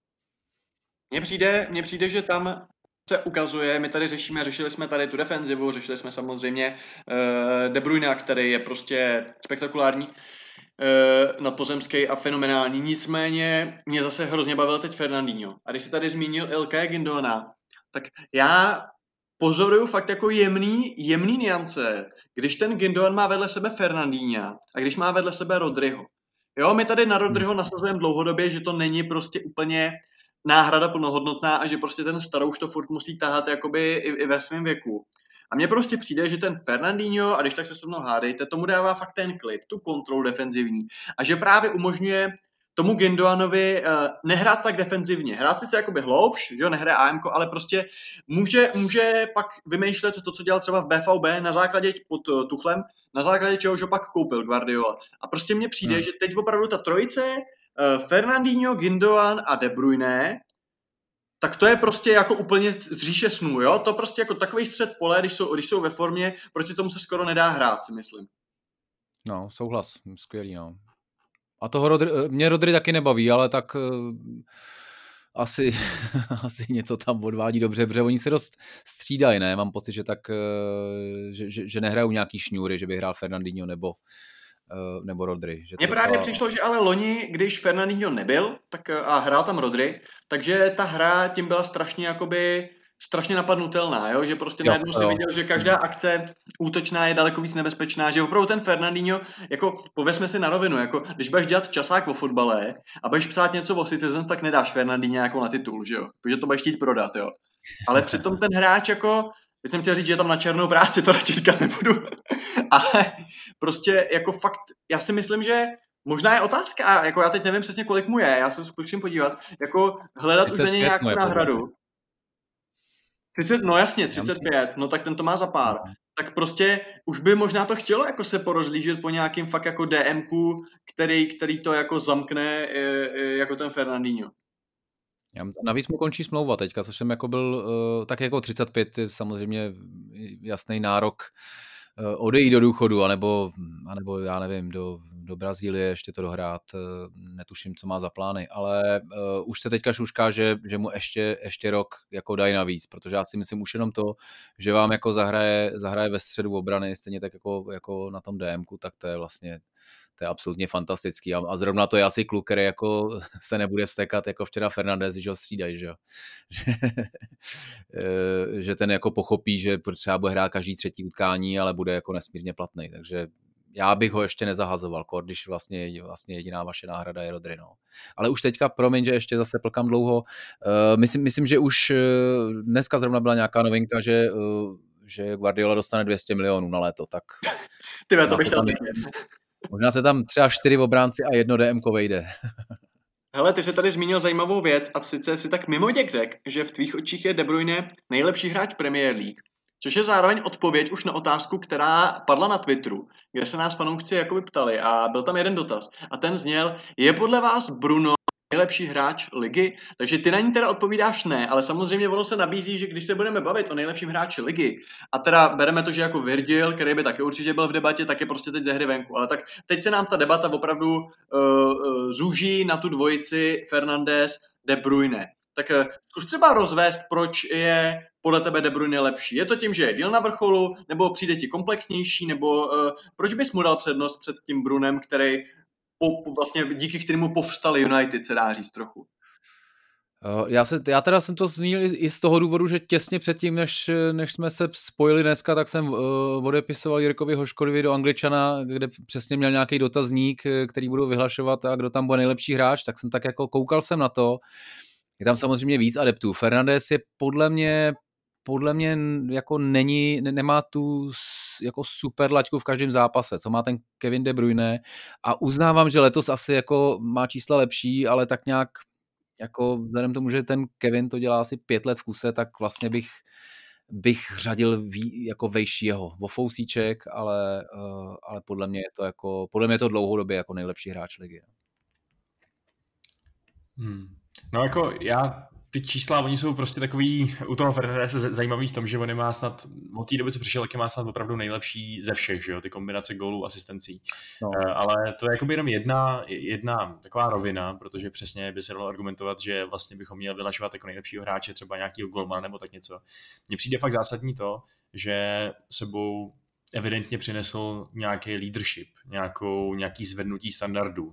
Mně přijde, že tam se ukazuje, my tady řešili jsme tady tu defenzivu, řešili jsme samozřejmě De Bruyne, který je prostě spektakulární, nadpozemský a fenomenální. Nicméně mě zase hrozně bavil teď Fernandinho. A když si tady zmínil Ilkaya Gündoğana, tak já pozoruju fakt jako jemný niance, když ten Gündoğan má vedle sebe Fernandinha a když má vedle sebe Rodryho. Jo, my tady na Rodryho nasazujeme dlouhodobě, že to není prostě úplně náhrada plnohodnotná a že prostě ten starouš to furt musí tahat jakoby i ve svém věku. A mně prostě přijde, že ten Fernandinho, a když tak se se mnou hádejte, tomu dává fakt ten klid, tu kontrolu defenzivní. A že právě umožňuje tomu Gündoğanovi nehrát tak defenzivně. Hrát sice jakoby hloubš, že jo, nehraje AMko, ale prostě může pak vymýšlet to, co dělal třeba v BVB na základě pod Tuchlem, na základě čehož ho pak koupil Guardiola. A prostě mně přijde, že teď opravdu ta trojice Fernandinho, Gündoğan a De Bruyne, tak to je prostě jako úplně z říše snů, jo? To prostě jako takový střed pole, když jsou ve formě, proti tomu se skoro nedá hrát, si myslím. No, souhlas, skvělý, no. A toho mě Rodry taky nebaví, ale tak asi něco tam odvádí dobře, protože oni se dost střídají, ne? Mám pocit, že tak, že nehrajou nějaký šňůry, že by hrál Fernandinho nebo Rodry. Mně právě přišlo, že ale loni, když Fernandinho nebyl tak a hrál tam Rodry, takže ta hra tím byla strašně napadnutelná, jo? Že prostě najednou si viděl, že každá akce útočná je daleko víc nebezpečná, že opravdu ten Fernandinho, jako povězme si na rovinu, jako když budeš dělat časák o fotbale a budeš psát něco o Citizen, tak nedáš Fernandinho jako na titul, že jo? Protože to budeš chtít prodat, jo? Ale přitom ten hráč jako, teď jsem chtěl říct, že je tam na černou práci, to radši říkat nebudu, ale prostě jako fakt, já si myslím, že možná je otázka, jako já teď nevím přesně, kolik mu je, já se zkusím podívat, jako hledat už na něj nějakou náhradu. 30, no jasně, Já myslím, 35, no tak ten to má za pár. Tak prostě už by možná to chtělo jako se porozlížet po nějakým fakt jako DMku, který to jako zamkne jako ten Fernandinho. Navíc mu končí smlouva teďka, což jsem jako byl tak jako 35, je samozřejmě jasný nárok odejít do důchodu, anebo já nevím, do Brazílie ještě to dohrát, netuším, co má za plány, ale už se teďka šušká, že mu ještě rok jako dají navíc, protože já si myslím už jenom to, že vám jako zahraje ve středu obrany, stejně tak jako na tom DMku, tak to je vlastně to je absolutně fantastický. A zrovna to je asi kluk, který jako se nebude vztekat jako včera Fernandez, že ho střídají, že jo. Že ten jako pochopí, že třeba bude hrát každý třetí utkání, ale bude jako nesmírně platný. Takže já bych ho ještě nezahazoval, když vlastně jediná vaše náhrada je Rodri. No. Ale už teďka, promiň, že ještě zase plkám dlouho, myslím, že už dneska zrovna byla nějaká novinka, že Guardiola dostane 200 milionů na léto, tak... Tyve, to bych chtěl pěkně. Možná se tam třeba 4 obránci a 1 DMko vejde. Hele, ty jsi tady zmínil zajímavou věc a sice si tak mimo děk řekl, že v tvých očích je De Bruyne nejlepší hráč Premier League, což je zároveň odpověď už na otázku, která padla na Twitteru, kde se nás fanoušci jakoby ptali a byl tam jeden dotaz a ten zněl, je podle vás Bruno nejlepší hráč ligy? Takže ty na ní teda odpovídáš ne, ale samozřejmě ono se nabízí, že když se budeme bavit o nejlepším hráči ligy a teda bereme to, že jako Virgil, který by taky určitě byl v debatě, tak je prostě teď ze hry venku. Ale tak teď se nám ta debata opravdu zúží na tu dvojici Fernandes, De Bruyne. Tak zkus třeba rozvést, proč je podle tebe De Bruyne lepší. Je to tím, že je díl na vrcholu, nebo přijde ti komplexnější, nebo proč bys mu dal přednost před tím Brunem, který vlastně díky kterému povstali United, se dá říct trochu. Já teda jsem to zmínil i z toho důvodu, že těsně předtím, než jsme se spojili dneska, tak jsem odepisoval Jirkovi Hoškovi do Angličana, kde přesně měl nějaký dotazník, který budu vyhlašovat a kdo tam bude nejlepší hráč, tak jsem tak jako koukal jsem na to. Je tam samozřejmě víc adeptů. Fernandes je podle mě jako nemá tu jako super laťku v každém zápase, co má ten Kevin De Bruyne, a uznávám, že letos asi jako má čísla lepší, ale tak nějak jako vzhledem tomu, že ten Kevin to dělá asi 5 let v kuse, tak vlastně bych řadil jako vejšího Vofousíček, ale podle mě je to dlouhodobě jako nejlepší hráč ligy. No jako ty čísla, oni jsou prostě takový, u toho Fernandese zajímavý v tom, že on má snad, od té doby, co přišel, taky má snad opravdu nejlepší ze všech, že jo, ty kombinace gólů, asistencí. No. Ale to je jakoby jenom jedna taková rovina, protože přesně by se dalo argumentovat, že vlastně bychom měli vyhlašovat jako nejlepšího hráče, třeba nějakýho golmana nebo tak něco. Mně přijde fakt zásadní to, že sebou evidentně přinesl nějaký leadership, nějaký zvednutí standardu,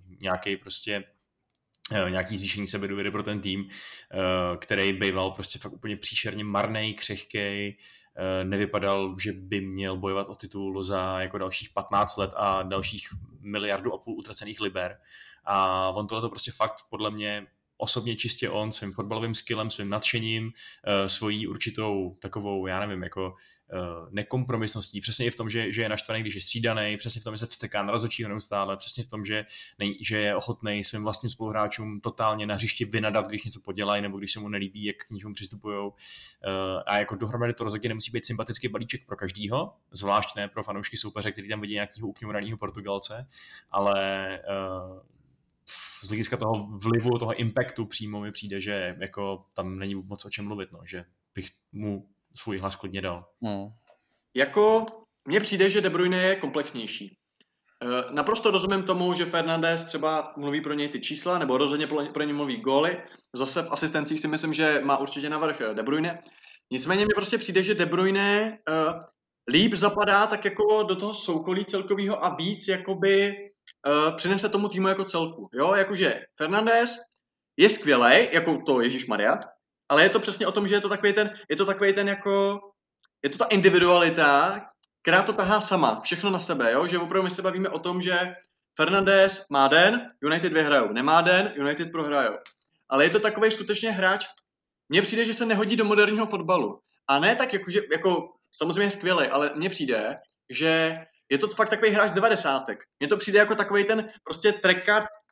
nějaký zvýšení sebedůvěry pro ten tým, který býval prostě fakt úplně příšerně marnej, křehkej, nevypadal, že by měl bojovat o titul za jako dalších 15 let a dalších 1,5 miliardy utracených liber. A on tohleto prostě fakt podle mě osobně čistě on svým fotbalovým skillem, svým nadšením, svojí určitou takovou, já nevím, jako nekompromisností, přesně i v tom, že je naštvaný, když je střídaný, přesně v tom, že se vsteká na rozhodčího neustále, přesně v tom, že je ochotný svým vlastním spoluhráčům totálně na hřišti vynadat, když něco podělají, nebo když se mu nelíbí, jak k něčemu přistupujou. A jako dohromady to rozhodně nemusí být sympatický balíček pro každýho, zvlášť ne pro fanoušky soupeře, který tam vidí nějakého ukňuraného Portugalce, ale z hlediska toho vlivu, toho impactu přímo mi přijde, že jako tam není moc o čem mluvit, no, že bych mu svůj hlas klidně dal. Jako mně přijde, že De Bruyne je komplexnější. Naprosto rozumím tomu, že Fernandes třeba mluví pro něj ty čísla, nebo rozhodně pro něj mluví góly. Zase v asistencích si myslím, že má určitě navrch De Bruyne. Nicméně mně prostě přijde, že De Bruyne líp zapadá tak jako do toho soukolí celkového a víc jakoby přinese tomu týmu jako celku. Jo, jakože Fernandes je skvělej, jako to Ježišmarja, ale je to přesně o tom, že je to takovej ten jako, je to ta individualita, která to tahá sama, všechno na sebe, jo, že opravdu my se bavíme o tom, že Fernandes má den, United vyhrajou, nemá den, United prohrajou. Ale je to takovej skutečně hráč, mně přijde, že se nehodí do moderního fotbalu. A ne tak, jako samozřejmě skvělej, ale mně přijde, že je to fakt takový hráč z 90. Mně to přijde jako takovej ten prostě trackcard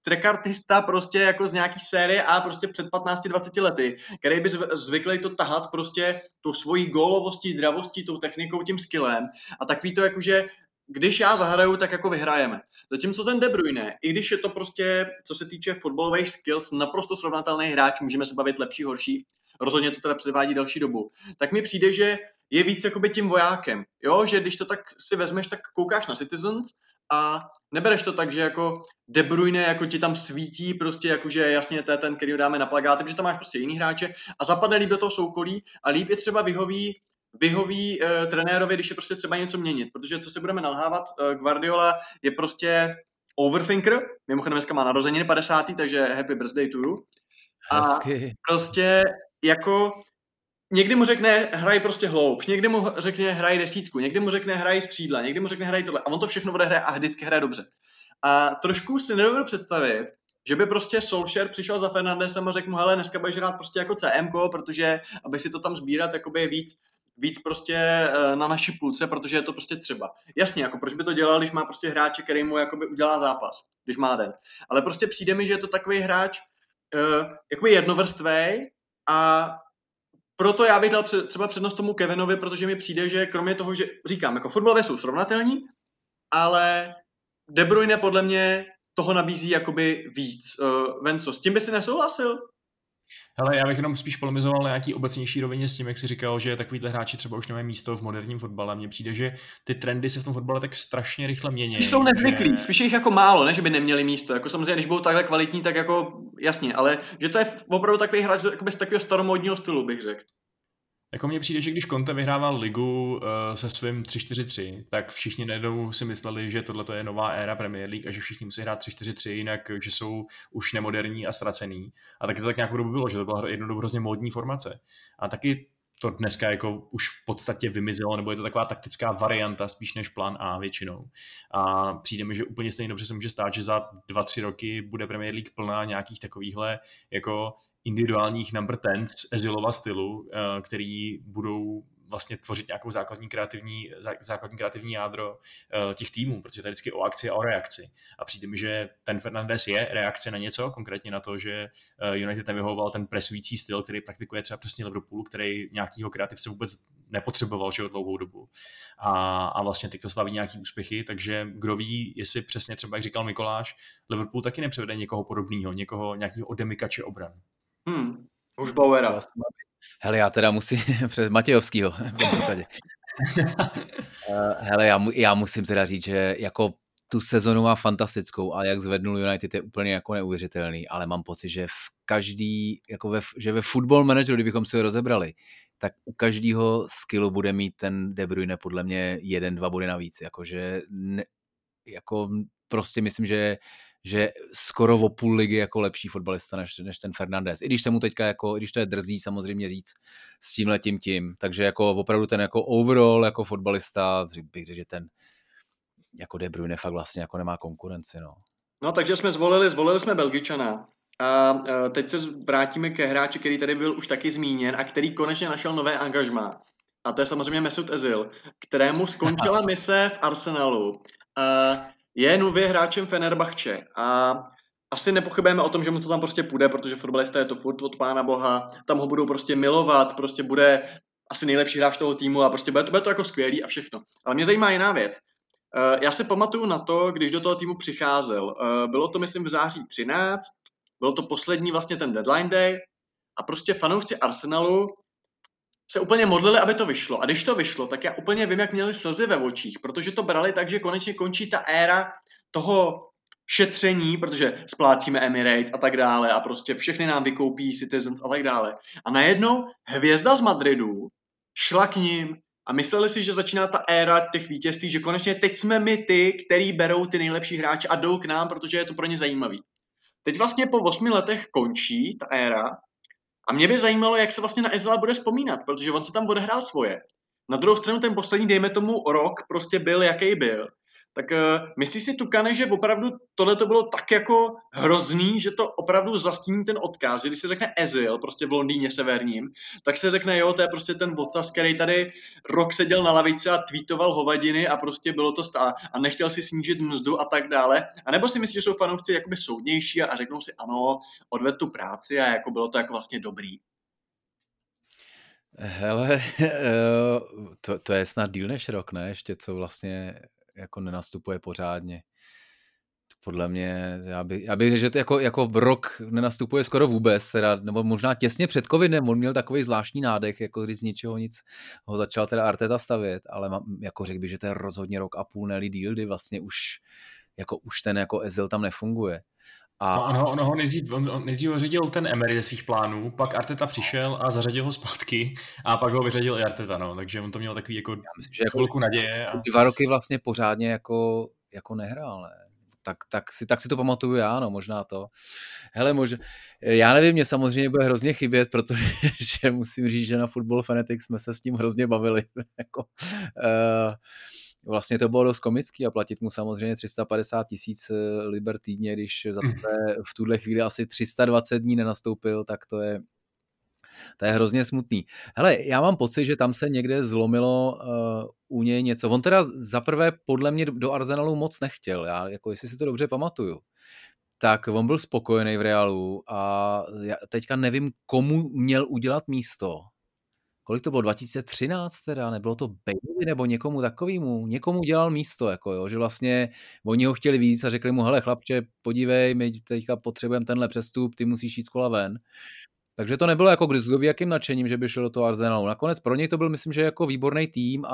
trekartista prostě jako z nějaký série A prostě před 15-20 lety, který by zvyklý to tahat prostě tou svojí gólovostí, dravostí, tou technikou, tím skillem a takový to jakože když já zahraju, tak jako vyhrajeme. Zatímco ten De Bruyne, i když je to prostě, co se týče fotbalových skills, naprosto srovnatelný hráč, můžeme se bavit lepší, horší, rozhodně to teda předvádí další dobu, tak mi přijde, že je víc jakoby tím vojákem, jo, že když to tak si vezmeš, tak koukáš na Citizens a nebereš to tak, že jako De Bruyne jako ti tam svítí prostě jakože jasně to je ten, který ho dáme na plagáty, protože tam máš prostě jiný hráče a zapadne líp do toho soukolí a líp je třeba vyhoví trenérovi, když je prostě třeba něco měnit, protože co se budeme nalhávat, Guardiola je prostě overthinker, mimochodem dneska má narozeniny 50. takže happy birthday to you. A Hezky. prostě jako někdy mu řekne hraj prostě hloubš, někdy mu řekne hraj desítku, někdy mu řekne hraj z křídla, někdy mu řekne hraj tohle a on to všechno odehraje a vždycky hraje dobře. A trošku si nedovedu představit, že by prostě Solskjaer přišel za Fernandesem a řekl mu, hele, dneska budeš hrát prostě jako CMko, protože aby si to tam sbírat jakoby víc prostě na naší půlce, protože je to prostě třeba. Jasně, jako proč by to dělal, když má prostě hráče, který mu jakoby udělá zápas, když má den. Ale prostě přijde mi, že je to takový hráč jakoby jednovrstvej a proto já bych dal třeba přednost tomu Kevinovi, protože mi přijde, že kromě toho, že říkám, jako fotbalově jsou srovnatelní, ale De Bruyne podle mě toho nabízí jakoby víc. Venco, s tím by si nesouhlasil? Hele, já bych jenom spíš polemizoval na nějaký obecnější rovině s tím, jak jsi říkal, že takovýhle hráči třeba už nemají místo v moderním fotbale. Mně přijde, že ty trendy se v tom fotbale tak strašně rychle mění. Když jsou nezvyklí, spíš jich jako málo, ne, že by neměli místo. Jako samozřejmě, když budou takhle kvalitní, tak jako jasně, ale že to je opravdu takový hráč z takového staromódního stylu, bych řekl. Jako mně přijde, že když Conte vyhrával ligu se svým 3-4-3, tak všichni najednou si mysleli, že tohle je nová éra Premier League a že všichni musí hrát 3-4-3, jinak že jsou už nemoderní a ztracený. A taky to tak nějakou dobu bylo, že to byla jednou dobu hrozně módní formace. A taky to dneska jako už v podstatě vymizelo, nebo je to taková taktická varianta spíš než plán A většinou. A přijde mi, že úplně stejně dobře se může stát, že za 2-3 roky bude Premier League plná nějakých takovýchhle jako individuálních number 10 z Ezilova stylu, který budou vlastně tvořit nějakou základní kreativní jádro těch týmů, protože to je vždycky o akci a o reakci. A přijde mi, že ten Fernandes je reakce na něco, konkrétně na to, že United nevyhovoval ten presující styl, který praktikuje třeba přesně Liverpool, který nějakýho kreativce vůbec nepotřeboval že dlouhou dobu. A vlastně teď to slaví nějaký úspěchy, takže kdo ví, jestli přesně třeba, jak říkal Mikoláš, Liverpool taky nepřevede někoho podobného, nějakého odemykače obran. Už Bauera. Hele, já teda musím před Matějovskýho v tom případě. Hele, já musím teda říct, že jako tu sezonu má fantastickou a jak zvednul United je úplně jako neuvěřitelný, ale mám pocit, že že ve Football Manageru, kdybychom si ho rozebrali, tak u každého skillu bude mít ten De Bruyne podle mě 1-2 body navíc, prostě myslím, že skoro o půl ligy jako lepší fotbalista než ten Fernandes. I když se mu teďka i když to je drzí samozřejmě říct s tímhletím tím. Takže jako opravdu ten jako overall jako fotbalista, bych řekl, že ten jako De Bruyne fakt vlastně jako nemá konkurenci. No takže jsme zvolili jsme Belgičana. A teď se vrátíme ke hráči, který tady byl už taky zmíněn a který konečně našel nové angažmá. A to je samozřejmě Mesut Özil, kterému skončila mise v Arsenalu. Je nově hráčem Fenerbahče a asi nepochybujeme o tom, že mu to tam prostě půjde, protože fotbalista je to furt od Pána Boha, tam ho budou prostě milovat, prostě bude asi nejlepší hráč toho týmu a prostě bude to jako skvělý a všechno. Ale mě zajímá jiná věc. Já si pamatuju na to, když do toho týmu přicházel. Bylo to, myslím, v září 13, bylo to poslední vlastně ten deadline day a prostě fanoušci Arsenalu se úplně modlili, aby to vyšlo. A když to vyšlo, tak já úplně vím, jak měli slzy ve očích, protože to brali tak, že konečně končí ta éra toho šetření, protože splácíme Emirates a tak dále a prostě všechny nám vykoupí Citizens a tak dále. A najednou hvězda z Madridu šla k ním a mysleli si, že začíná ta éra těch vítězství, že konečně teď jsme my ty, který berou ty nejlepší hráče a jdou k nám, protože je to pro ně zajímavý. Teď vlastně po 8 letech končí ta éra a mě by zajímalo, jak se vlastně na Özila bude vzpomínat, protože on se tam odehrál svoje. Na druhou stranu ten poslední, dejme tomu rok, prostě byl, jaký byl. Tak myslíš si, Tukane, že opravdu tohle to bylo tak jako hrozný, že to opravdu zastíní ten odkaz, že když se řekne Ezil, prostě v Londýně severním, tak se řekne, jo, to je prostě ten vocas, který tady rok seděl na lavici a tweetoval hovadiny a prostě bylo to a nechtěl si snížit mzdu a tak dále. A nebo si myslíš, že jsou fanoušci jakoby soudnější a řeknou si, ano, odved tu práci a jako bylo to jako vlastně dobrý. Hele, to je snad díl než rok, ne? Ještě co vlastně jako nenastupuje pořádně. Podle mě, já bych řekl, že to jako rok nenastupuje skoro vůbec, teda, nebo možná těsně před covidem, on měl takový zvláštní nádech, jako když z ničeho nic ho začal teda Arteta stavět, ale jako řekl bych, že to je rozhodně rok a půl, ne-li díl, kdy vlastně už ten jako Ezil tam nefunguje. No, ono ho nejdřív ho řídil ten Emery ze svých plánů, pak Arteta přišel a zařadil ho zpátky a pak ho vyřadil i Arteta, no, takže on to měl takový jako chvilku naděje. 2 roky vlastně pořádně jako nehrál, ne? Tak si to pamatuju já, no, možná to. Hele, já nevím, mě samozřejmě bude hrozně chybět, protože musím říct, že na Football Fanatics jsme se s tím hrozně bavili. Vlastně to bylo dost komický a platit mu samozřejmě 350 000 liber týdně, když v tuhle chvíli asi 320 dní nenastoupil, tak to je hrozně smutný. Hele, já mám pocit, že tam se někde zlomilo u něj něco. On teda zaprvé podle mě do Arsenalu moc nechtěl, já jako jestli si to dobře pamatuju. Tak on byl spokojený v Realu a já teďka nevím, komu měl udělat místo. Kolik to bylo? 2013 teda? Nebylo to Baleovi nebo někomu takovému? Někomu dělal místo, jako jo, že vlastně oni ho chtěli víc a řekli mu, hele chlapče, podívej, my teďka potřebujeme tenhle přestup, ty musíš jít z kola ven. Takže to nebylo jako s jakým nadšením, že by šel do toho Arsenalu. Nakonec pro něj to byl, myslím, že jako výborný tým,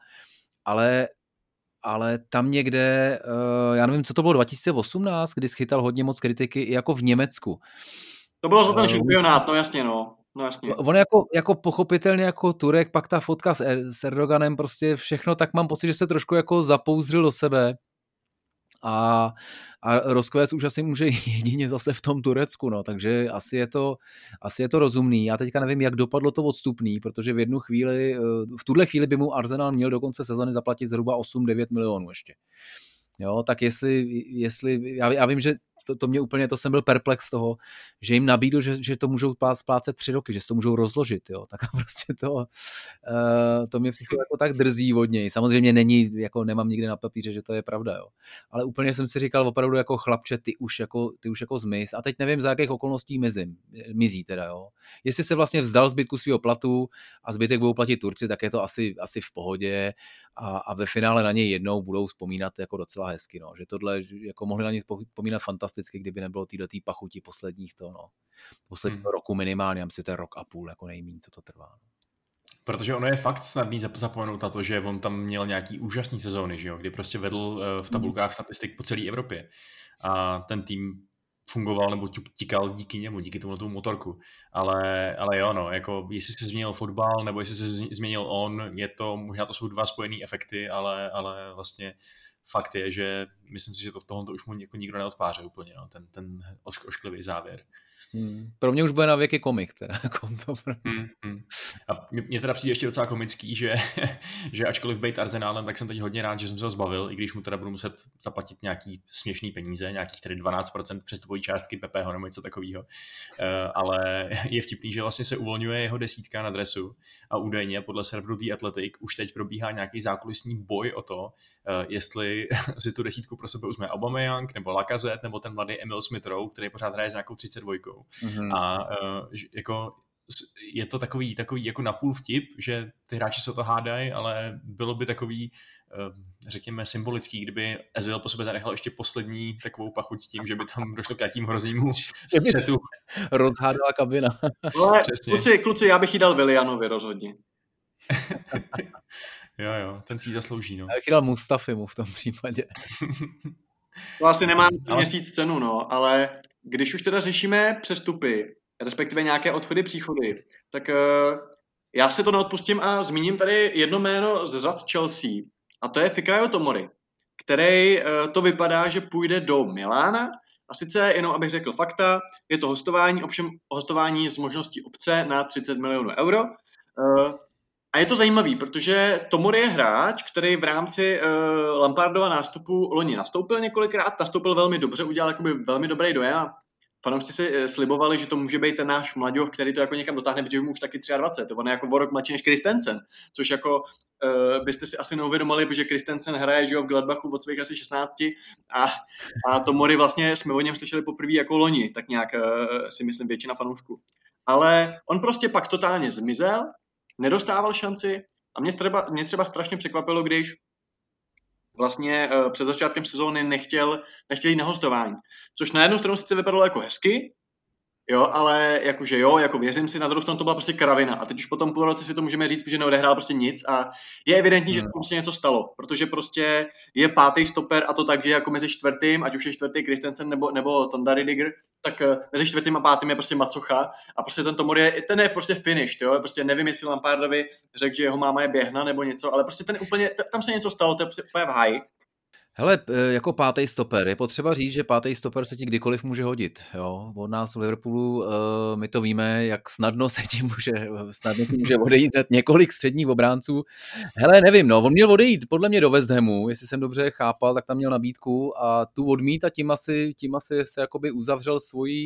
ale tam někde, já nevím, co to bylo 2018, kdy schytal hodně moc kritiky i jako v Německu. To bylo za ten šampionát, no jasně, no. No jasně. On jako pochopitelně jako Turek, pak ta fotka s Erdoganem, prostě všechno, tak mám pocit, že se trošku jako zapouzřil do sebe a rozkvést už asi může jedině zase v tom Turecku, no, takže asi je to rozumný. Já teďka nevím, jak dopadlo to odstupný, protože v tuhle chvíli by mu Arsenal měl do konce sezony zaplatit zhruba 8-9 milionů ještě. Jo, tak jestli já vím, že to mě úplně, to jsem byl perplex z toho, že jim nabídl, že to můžou splácet 3 roky, že se to můžou rozložit, jo, tak prostě to mě přišlo jako tak drzí od něj. Samozřejmě nemám nikde na papíře, že to je pravda, jo. Ale úplně jsem si říkal opravdu jako chlapče, ty už jako zmiz. A teď nevím, za jakých okolností mizí teda, jo. Jestli se vlastně vzdal zbytku svého platu a zbytek budou platit Turci, tak je to asi v pohodě a ve finále na něj jednou budou vzpomínat jako docela hezky, no. Že tohle, jako mohli na něj vzpomínat fantasticky, kdyby nebylo této pachuti posledního roku minimálně, já myslím, že to je rok a půl, jako nejméně, co to trvá. Protože ono je fakt snadný zapomenout na to, že on tam měl nějaký úžasný sezóny, že jo, kdy prostě vedl v tabulkách statistik po celé Evropě a ten tým fungoval nebo tikal díky němu, díky tomu motorku. Ale jo, no, jako jestli se změnil fotbal nebo jestli se změnil on, možná to jsou 2 spojený efekty, ale vlastně fakt je, že myslím si, že tohle už mu jako nikdo neodpáře úplně, no, ten ošklivý závěr. Pro mě už bude na věky komik. Teda. A mě teda přijde ještě docela komický, že ačkoliv být Arsenálem, tak jsem teď hodně rád, že jsem se ho zbavil, i když mu teda budu muset zaplatit nějaký směšný peníze, nějakých tedy 12% přestupové částky Pepeho nebo něco takového. Ale je vtipný, že vlastně se uvolňuje jeho 10 na dresu a údajně podle serveru The Athletic už teď probíhá nějaký zákulisní boj o to, jestli si tu 10 pro sebe uzme Aubameyang nebo Lacazette nebo ten mladý Emil Smith-Rowe, který pořád hraje s nějakou 32. A jako je to takový jako napůl vtip, že ty hráči se o to hádají, ale bylo by takový, řekněme, symbolický, kdyby Ezil po sebe zanechal ještě poslední takovou pachuť tím, že by tam došlo k nějakým hroznému střetu. Rozhádala kabina. Kluci, já bych jí dal Willianovi rozhodně. Jo, ten si ji zaslouží, no. Já bych dal Mustafimu v tom případě. To asi nemá měsíc cenu, no, ale když už teda řešíme přestupy, respektive nějaké odchody, příchody, tak já si to neodpustím a zmíním tady jedno jméno z řad Chelsea, a to je Fikayo Tomori, který to vypadá, že půjde do Milána, a sice jenom abych řekl fakta, je to hostování, ovšem hostování s možností opce na 30 milionů euro. A je to zajímavý, protože Tomori je hráč, který v rámci Lampardova nástupu loni nastoupil několikrát, nastoupil velmi dobře, udělal jakoby velmi dobrý dojem a fanoušci si slibovali, že to může být ten náš mlaďoch, který to jako někam dotáhne, protože mu už taky 23. On je jako o rok mladší než Christensen, což jako byste si asi neuvědomili, protože Christensen hraje, že jo, v Gladbachu od svých asi 16 a Tomori vlastně jsme o něm slyšeli poprvé jako loni, tak nějak si myslím většina fanoušků. Ale on prostě pak totálně zmizel, nedostával šanci a mě třeba strašně překvapilo, když vlastně před začátkem sezóny nechtěl jít na hostování. Což na jednu stranu sice vypadalo jako hezky, jo, ale jakože jo, jako věřím si, na druhou stranu to byla prostě kravina. A teď už po tom půl roce si to můžeme říct, že neodehrál prostě nic a je evidentní, že to prostě něco stalo, protože prostě je pátý stoper a to tak, že jako mezi čtvrtým, ať už je čtvrtý Christensen nebo Tonda Ridiger, tak mezi čtvrtým a pátým je prostě Macocha a prostě ten Tomori ten je prostě finished, jo, prostě nevím, jestli Lampardovi řekl, že jeho máma je běhna nebo něco, ale prostě ten úplně, tam se něco stalo, to je úplně v háji. Hele, jako pátý stoper, je potřeba říct, že pátý stoper se ti kdykoliv může hodit. Jo? Od nás v Liverpoolu my to víme, jak snadno ti může odejít několik středních obránců. Hele, nevím, no, on měl odejít podle mě do West Hamu, jestli jsem dobře chápal, tak tam měl nabídku a tu odmít a tím asi se jakoby uzavřel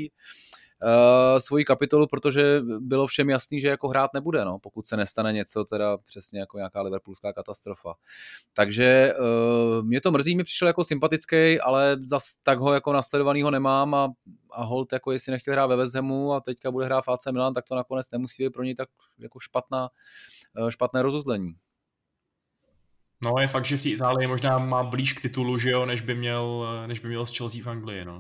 svoji kapitolu, protože bylo všem jasný, že jako hrát nebude, no, pokud se nestane něco, teda přesně jako nějaká liverpoolská katastrofa. Takže mě to mrzí, mi přišel jako sympatický, ale zas tak ho jako nasledovanýho nemám a holt, jako jestli nechtěl hrát ve West Hamu a teďka bude hrát v AC Milan, tak to nakonec nemusí být pro něj tak jako špatné rozuzlení. No je fakt, že v té Itálii možná má blíž k titulu, že jo, než by měl s Chelsea v Anglii, no.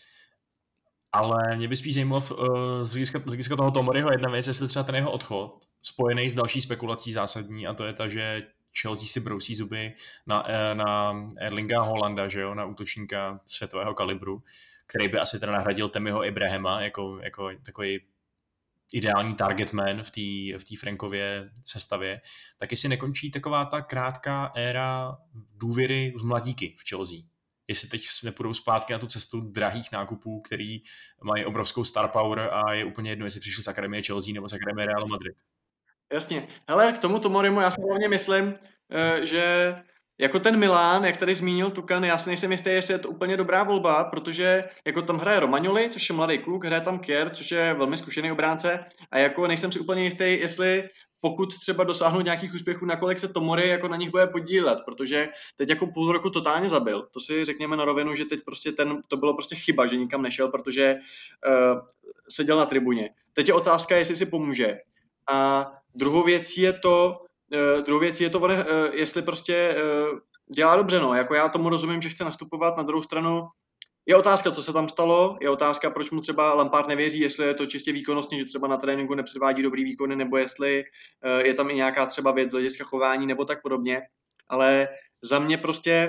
Ale mě by spíš zajímalo z hlediska toho Tomoriho jedna věc, jestli třeba ten jeho odchod spojený s další spekulací zásadní, a to je ta, že Chelsea si brousí zuby na Erlinga Holanda, že jo, na útočníka světového kalibru, který by asi teda nahradil Temiho Ibrahima jako takový ideální target man v té Frankově sestavě, tak jestli nekončí taková ta krátká éra důvěry v mladíky v Chelsea. Jestli teď nepůjdou zpátky na tu cestu drahých nákupů, který mají obrovskou star power a je úplně jedno, jestli přišli z akademie Chelsea nebo z akademie Real Madrid. Jasně. Hele, k tomu Tomorimu já si hlavně myslím, že jako ten Milán, jak tady zmínil Tukan, já si nejsem jistý, jestli je to úplně dobrá volba, protože jako tam hraje Romagnoli, což je mladý kluk, hraje tam Kjaer, což je velmi zkušený obránce a jako nejsem si úplně jistý, jestli pokud třeba dosáhnou nějakých úspěchů, nakolik se Tomori jako na nich bude podílet, protože teď jako půl roku totálně zabil. To si řekněme na rovinu, že teď prostě to bylo prostě chyba, že nikam nešel, protože seděl na tribuně. Teď je otázka, jestli si pomůže. A druhou věcí je to, jestli prostě dělá dobře, no. Jako já tomu rozumím, že chce nastupovat, na druhou stranu je otázka, co se tam stalo, je otázka, proč mu třeba Lampard nevěří, jestli je to čistě výkonnostně, že třeba na tréninku nepředvádí dobrý výkony, nebo jestli je tam i nějaká třeba věc z hlediska chování, nebo tak podobně. Ale za mě prostě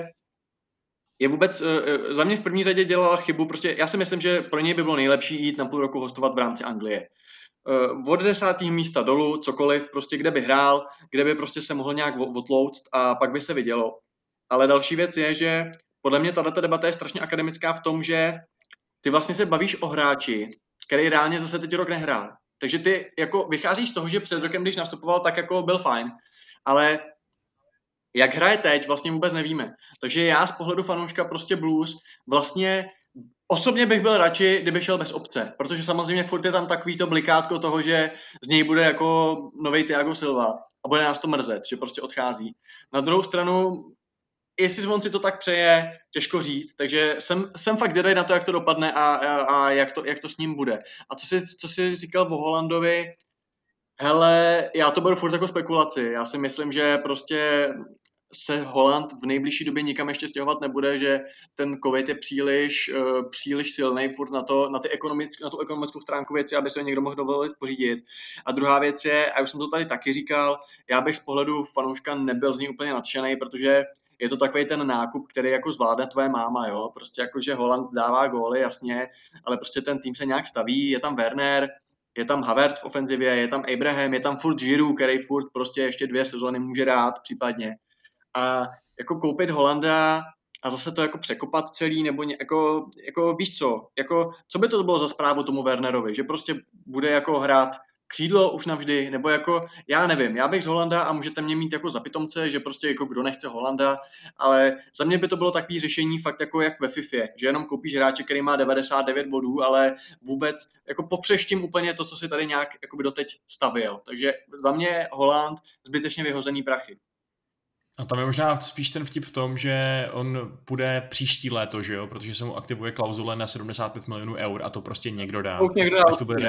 za mě v první řadě dělala chybu, prostě já si myslím, že pro něj by bylo nejlepší jít na půl roku hostovat v rámci Anglie. Od 10. místa dolů, cokoliv, prostě kde by hrál, kde by prostě se mohl nějak otlouct a pak by se vidělo. Ale další věc je, že podle mě tato debata je strašně akademická v tom, že ty vlastně se bavíš o hráči, který reálně zase teď rok nehrál. Takže ty jako vycházíš z toho, že před rokem, když nastupoval, tak jako byl fajn. Ale jak hraje teď, vlastně vůbec nevíme. Takže já z pohledu fanouška prostě Blues vlastně osobně bych byl radši, kdyby šel bez opce, protože samozřejmě furt je tam takový to blikátko toho, že z něj bude jako novej Thiago Silva a bude nás to mrzet, že prostě odchází. Na druhou stranu, jestli on si to tak přeje, těžko říct, takže jsem fakt zvědavý na to, jak to dopadne a jak to s ním bude. A co jsi říkal o Holandovi, hele, já to beru furt jako spekulaci. Já si myslím, že prostě se Holand v nejbližší době nikam ještě stěhovat nebude, že ten covid je příliš silný furt na tu ekonomickou stránku věci, aby se někdo mohl dovolit pořídit. A druhá věc je, a už jsem to tady taky říkal, já bych z pohledu fanouška nebyl z ní úplně nadšený, protože je to takový ten nákup, který jako zvládne tvoje máma, jo. Prostě jako, že Holand dává góly, jasně, ale prostě ten tým se nějak staví, je tam Werner, je tam Havertz v ofenzivě, je tam Abraham, je tam furt Giroud, který furt prostě ještě 2 sezóny může dát případně. A jako koupit Holanda a zase to jako překopat celý, nebo jako víš co, jako co by to bylo za zprávu tomu Wernerovi, že prostě bude jako hrát křídlo už navždy, nebo jako, já nevím, já bych z Holanda a můžete mě mít jako za pitomce, že prostě jako kdo nechce Holanda, ale za mě by to bylo takové řešení fakt jako jak ve FIFA, že jenom koupíš hráče, který má 99 bodů, ale vůbec jako popřeš tím úplně to, co si tady nějak jakoby doteď stavěl. Takže za mě Holand zbytečně vyhozený prachy. A tam je možná spíš ten vtip v tom, že on půjde příští léto, že jo? Protože se mu aktivuje klauzule na 75 milionů eur a to prostě někdo dá. Už někdo dal,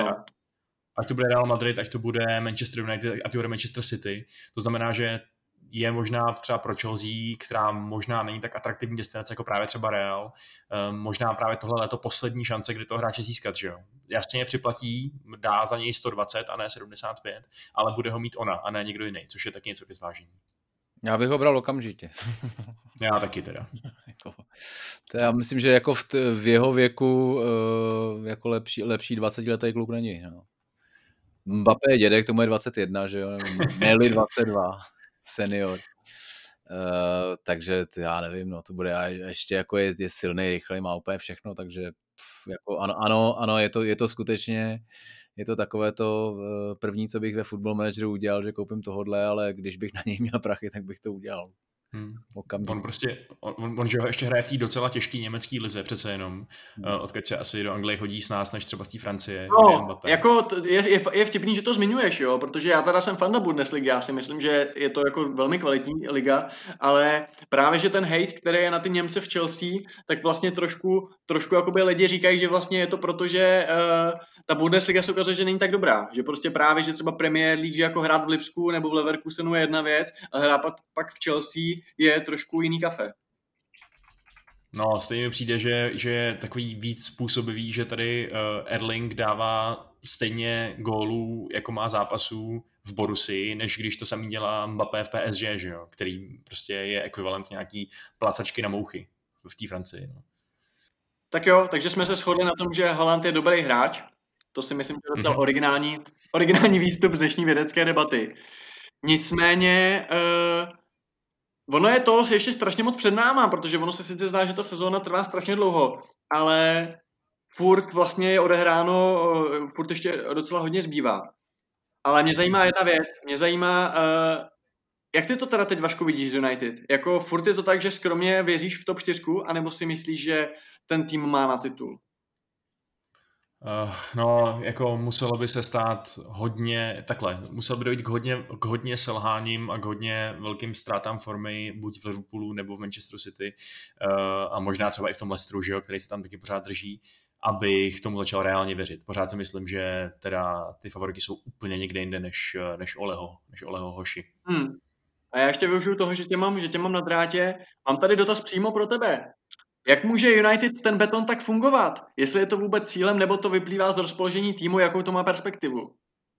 Ať to bude Real Madrid, ať to bude Manchester United, ať to bude Manchester City. To znamená, že je možná třeba pro Chelsea, která možná není tak atraktivní destinace jako právě třeba Real, možná právě tohle léto poslední šance, kdy toho hráče získat, že jo. Jasně je připlatí, dá za něj 120 a ne 75, ale bude ho mít ona a ne někdo jiný, což je taky něco ke zvážení. Já bych ho bral okamžitě. Já taky teda. Já myslím, že jako v jeho věku jako lepší 20letý kluk není. No. Mbappé je dědek, tomu je 21, že jo? Ne-li 22, senior. Takže já nevím, no, to bude ještě jako je silný, rychlej, má úplně všechno, takže jako ano, je to skutečně, je to takové to první, co bych ve Football Manageru udělal, že koupím tohodle, ale když bych na něj měl prachy, tak bych to udělal. On prostě, on že ještě hraje v té docela těžké německé lize přece jenom, odkud se asi do Anglie hodí s nás, než třeba z té Francie. No, jako je vtipný, že to zmiňuješ, jo, protože já teda jsem fanda Bundesligy, já si myslím, že je to jako velmi kvalitní liga, ale právě, že ten hate, který je na ty Němce v Chelsea, tak vlastně trošku jakoby lidi říkají, že vlastně je to proto, že ta Bundesliga se ukazuje, že není tak dobrá, že prostě právě, že třeba Premier League, že jako hrát v Lipsku nebo v Leverkusenu je jedna věc a hrát pak v Chelsea je trošku jiný kafe. No, stejně mi přijde, že je takový víc způsobivý, že tady Erling dává stejně gólů, jako má zápasů v Borussii, než když to samý dělá Mbappé v PSG, že jo? Který prostě je ekvivalent nějaký placačky na mouchy v té Francii. No. Tak jo, takže jsme se shodli na tom, že Haaland je dobrý hráč. To si myslím, že je docela originální výstup z dnešní vědecké debaty. Nicméně ono je to ještě strašně moc před náma, protože ono se sice zdá, že ta sezóna trvá strašně dlouho, ale furt vlastně je odehráno, furt ještě docela hodně zbývá. Ale mě zajímá jedna věc, jak ty to teda teď, Vašku, vidíš z United? Jako furt je to tak, že skromně věříš v top 4, anebo si myslíš, že ten tým má na titul? No, jako muselo by se stát muselo by dojít k hodně selháním a k hodně velkým ztrátám formy, buď v Liverpoolu nebo v Manchesteru City a možná třeba i v tom Leicesteru, že jo, který se tam taky pořád drží, abych tomu začal reálně věřit. Pořád si myslím, že teda ty favorky jsou úplně někde jinde než Oleho hoši. A já ještě využiju toho, že tě mám na drátě. Mám tady dotaz přímo pro tebe. Jak může United ten beton tak fungovat? Jestli je to vůbec cílem, nebo to vyplývá z rozpoložení týmu, jakou to má perspektivu?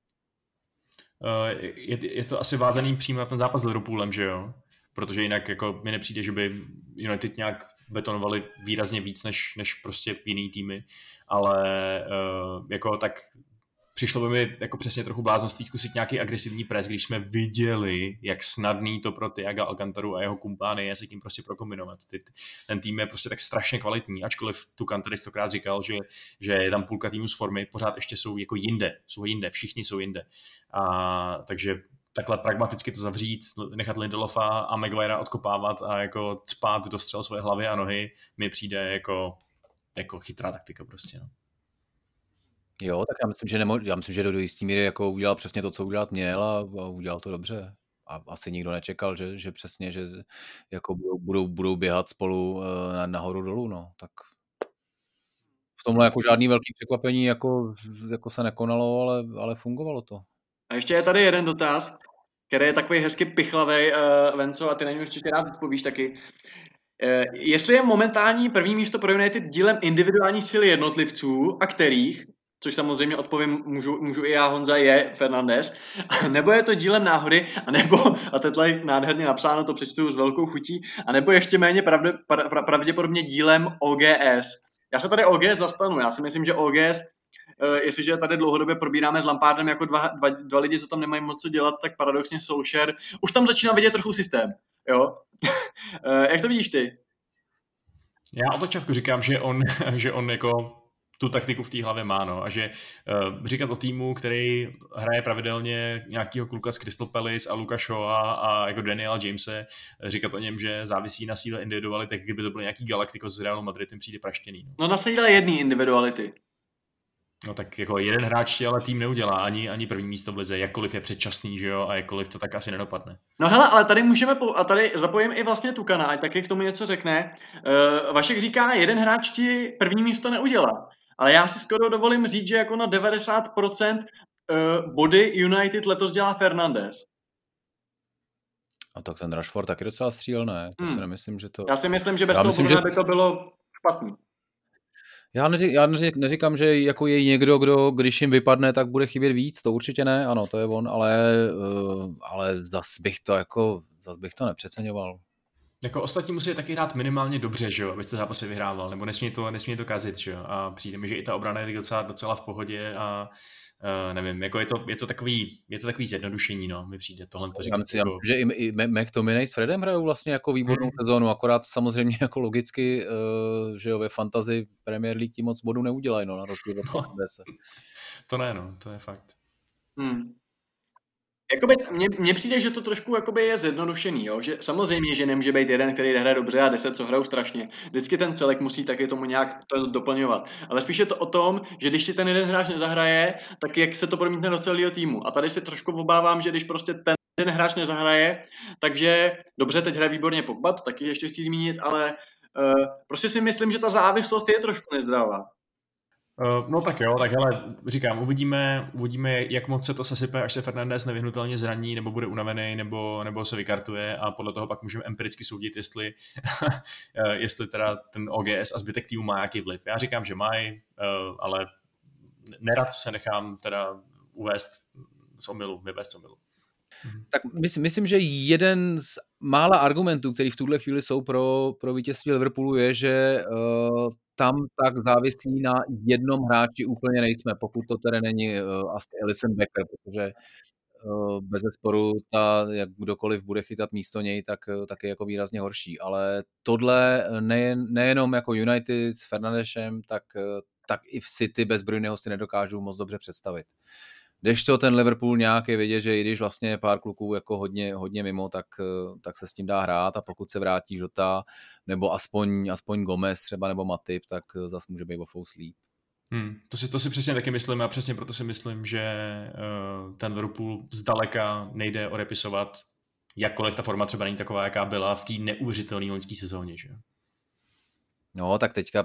Je to asi vázaný přímo na ten zápas s Liverpoolem, že jo? Protože jinak jako mi nepřijde, že by United nějak betonovali výrazně víc než prostě jiný týmy, ale jako tak přišlo by mi jako přesně trochu bláznoství zkusit nějaký agresivní pres, když jsme viděli, jak snadný to pro Thiaga Alcantaru a jeho kumpány je se tím prostě prokombinovat. Ten tým je prostě tak strašně kvalitní, ačkoliv Tuchel tady stokrát říkal, že je tam půlka týmu z formy, pořád ještě jsou jako jinde, všichni jsou jinde. A takže takhle pragmaticky to zavřít, nechat Lindelofa a Maguirea odkopávat a jako cpát do střel svoje hlavy a nohy mi přijde jako chytrá taktika prostě. No. Jo, tak já myslím, že do jistý míry jako udělal přesně to, co udělat měl a udělal to dobře. A asi nikdo nečekal, že přesně, že jako budou běhat spolu nahoru dolů, no. Tak v tomhle jako žádný velký překvapení jako se nekonalo, ale fungovalo to. A ještě je tady jeden dotaz, který je takový hezky pichlavej, Venco, a ty na něj určitě rád odpovíš taky. Jestli je momentální první místo pro United dílem individuální síly jednotlivců a kterých, což samozřejmě odpovím, můžu i já, Honza, je Fernandes, nebo je to dílem náhody, a tohle je nádherně napsáno, to přečtu s velkou chutí, a nebo ještě méně pravděpodobně dílem OGS. Já se tady OGS zastanu, já si myslím, že OGS, jestliže tady dlouhodobě probíráme s Lampardem jako dva lidi, co tam nemají moc co dělat, tak paradoxně Solskjaer už tam začíná vidět trochu systém, jo? Jak to vidíš ty? Já od začátku říkám, že on jako tu taktiku v té hlavě má, no. A že říkat o týmu, který hraje pravidelně nějakýho kluka z Crystal Palace a Luka Shawa a jako Daniela Jamese, říkat o něm, že závisí na síle individuality, tak kdyby to byl nějaký Galacticos z Realu Madrid, tím přijde praštěný. No. No na síle jedný individuality. No tak jako jeden hráč ti ale tým neudělá ani první místo v lize, jakkoliv je předčasný, že jo, a jakkoliv to tak asi nedopadne. No hele, ale tady můžeme, a tady zapojím i vlastně Tukana, ať taky k tomu něco řekne. Vašek říká, jeden hráč ti první místo neudělá. Ale já si skoro dovolím říct, že jako na 90% body United letos dělá Fernandes. A tak ten Rashford taky docela střílel, ne? To si nemyslím, že to... Já si myslím, že bez Já toho myslím, Bruna by to bylo špatný. Já neříkám, že jako je někdo, kdo, když jim vypadne, tak bude chybět víc, to určitě ne, ano, to je on, ale zas bych to nepřeceňoval. Jako ostatní musí taky hrát minimálně dobře, že jo, abyste zápasy vyhrával, nebo nesmí to kazit, že jo, a přijde mi, že i ta obrana je docela v pohodě a nevím, jako je to takový zjednodušení, no, mi přijde tohle to říkat. Já myslím, že i McTominay s Fredem hrajou vlastně jako výbornou sezónu, akorát samozřejmě jako logicky, že jo, ve fantasy Premier League ti moc bodů neudělají, no, na rozdíl od Fernandese. To ne, no, to je fakt. Jakoby, mně přijde, že to trošku jakoby je zjednodušený, jo? Že samozřejmě, že nemůže být jeden, který hraje dobře a 10, co hrajou strašně. Vždycky ten celek musí taky tomu nějak to doplňovat. Ale spíš je to o tom, že když ti ten jeden hráč nezahraje, tak jak se to promítne do celého týmu. A tady si trošku obávám, že když prostě ten jeden hráč nezahraje, takže dobře, teď hraje výborně Pogba, to taky ještě chci zmínit, ale prostě si myslím, že ta závislost je trošku nezdravá. No tak jo, tak hele, říkám, uvidíme, jak moc se to sesype, až se Fernandes nevyhnutelně zraní, nebo bude unavený, nebo se vykartuje a podle toho pak můžeme empiricky soudit, jestli teda ten OGS a zbytek týmu má nějaký vliv. Já říkám, že mají, ale nerad se nechám teda vyvést z omylu. Tak myslím, že jeden z mála argumentů, který v tuhle chvíli jsou pro vítězství Liverpoolu, je, že tam tak závislí na jednom hráči úplně nejsme, pokud to tedy není asi Alisson Becker, protože bezesporu jak kdokoliv bude chytat místo něj, tak je jako výrazně horší. Ale tohle nejenom jako United s Fernandešem, tak i v City bez Bruyneho si nedokážu moc dobře představit. Kdežto ten Liverpool nějak je vidět, že i když vlastně pár kluků jako hodně mimo, tak se s tím dá hrát a pokud se vrátí Jota nebo aspoň Gomez třeba nebo Matip, tak zas může být o fous líp. To si přesně taky myslím a přesně proto si myslím, že ten Liverpool zdaleka nejde odepisovat, jakkoliv ta forma třeba není taková, jaká byla v té neuvěřitelné loňské sezóně. Že? No tak teďka,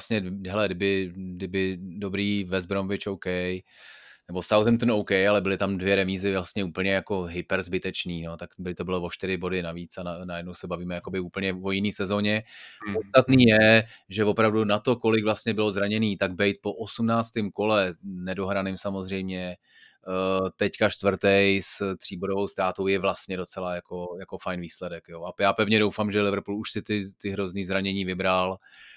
kdyby dobrý West Bromwich OK, nebo Southampton OK, ale byly tam 2 remízy vlastně úplně jako hyper zbytečný, no, tak to bylo o 4 body navíc a najednou se bavíme jakoby úplně o jiný sezóně. Podstatný je, že opravdu na to, kolik vlastně bylo zraněný, tak bejt po 18. kole, nedohraným samozřejmě, teďka 4. s 3bodovou ztrátou je vlastně docela jako fajn výsledek. Jo. A já pevně doufám, že Liverpool už si ty hrozný zranění vybral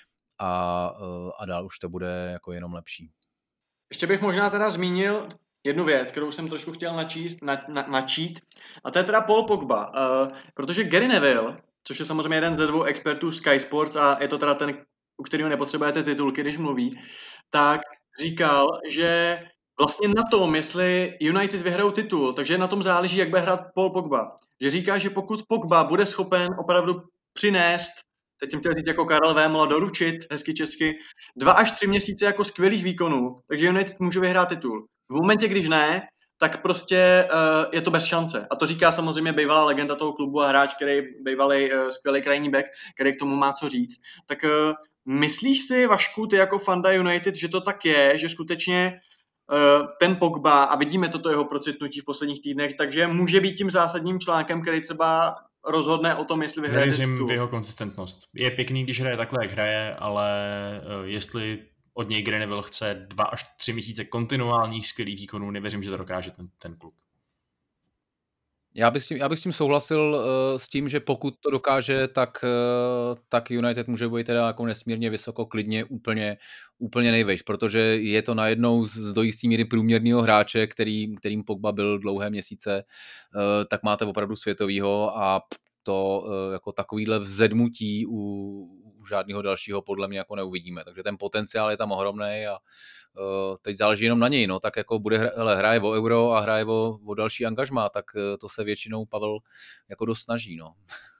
a dál už to bude jako jenom lepší. Ještě bych možná teda zmínil jednu věc, kterou jsem trošku chtěl načít, a to je teda Paul Pogba, protože Gary Neville, což je samozřejmě jeden ze 2 expertů Sky Sports a je to teda ten, u kterého nepotřebujete titulky, když mluví, tak říkal, že vlastně na tom, jestli United vyhrajou titul, takže na tom záleží, jak bude hrát Paul Pogba. Že říká, že pokud Pogba bude schopen opravdu přinést, teď jsem chtěl říct jako Karel Vémola, doručit, hezky česky, 2 až 3 měsíce jako skvělých výkonů, takže United může vyhrát titul. V momentě, když ne, tak prostě je to bez šance. A to říká samozřejmě bývalá legenda toho klubu a hráč, který bývalý skvělý krajní back, který k tomu má co říct. Tak myslíš si, Vašku, ty jako fanda United, že to tak je, že skutečně ten Pogba, a vidíme toto jeho procitnutí v posledních týdnech, takže může být tím zásadním článkem, který třeba rozhodne o tom, jestli vyhraje titul. Nevěřím v jeho konzistentnost. Je pěkný, když hraje takhle, jak hraje, ale jestli od něj Gary Neville chce 2 až 3 měsíce kontinuálních skvělých výkonů, nevěřím, že to dokáže ten klub. Já bych s tím souhlasil s tím, že pokud to dokáže, tak United může být teda jako nesmírně vysoko, klidně úplně nejvejš, protože je to najednou z do jistý míry průměrného hráče, kterým Pogba byl dlouhé měsíce, tak máte opravdu světovýho a to jako takovýhle vzedmutí u žádného dalšího podle mě jako neuvidíme. Takže ten potenciál je tam ohromný a teď záleží jenom na něj. No. Tak jako hraje o Euro a hraje o další angažmá, tak to se většinou Pavel jako dost snaží. No.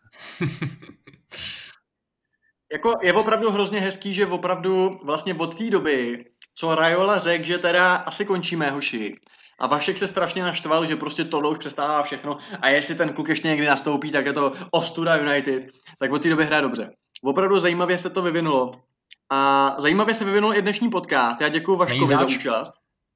Jako je opravdu hrozně hezký, že opravdu vlastně od té doby, co Raiola řekl, že teda asi končíme, hoši, a Vašek se strašně naštval, že prostě tohle už přestává všechno a jestli ten kluk ještě někdy nastoupí, tak je to ostuda United, tak od té doby hraje dobře. Opravdu zajímavě se to vyvinulo a zajímavě se vyvinul i dnešní podcast. Já děkuju Vaškovi za účast.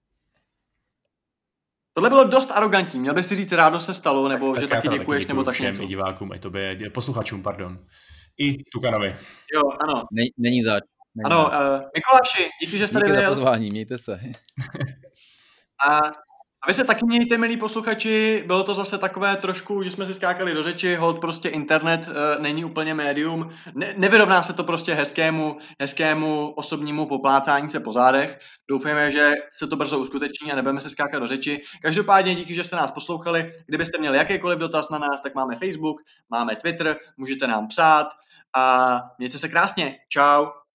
Tohle bylo dost arrogantní. Měl bys si říct, rádo se stalo, nebo tak že taky děkuješ, nebo tak všem něco. I divákům, i tobě, posluchačům, pardon. I Tukanovi. Jo, ano. Není zač. Ano, Mikuláši, díky, že jste Díky za pozvání, mějte se. A vy se taky mějte, milí posluchači, bylo to zase takové trošku, že jsme si skákali do řeči, holt prostě internet není úplně médium, nevyrovná se to prostě hezkému osobnímu poplácání se po zádech. Doufujeme, že se to brzo uskuteční a nebudeme se skákat do řeči. Každopádně díky, že jste nás poslouchali. Kdybyste měli jakýkoliv dotaz na nás, tak máme Facebook, máme Twitter, můžete nám psát a mějte se krásně. Čau.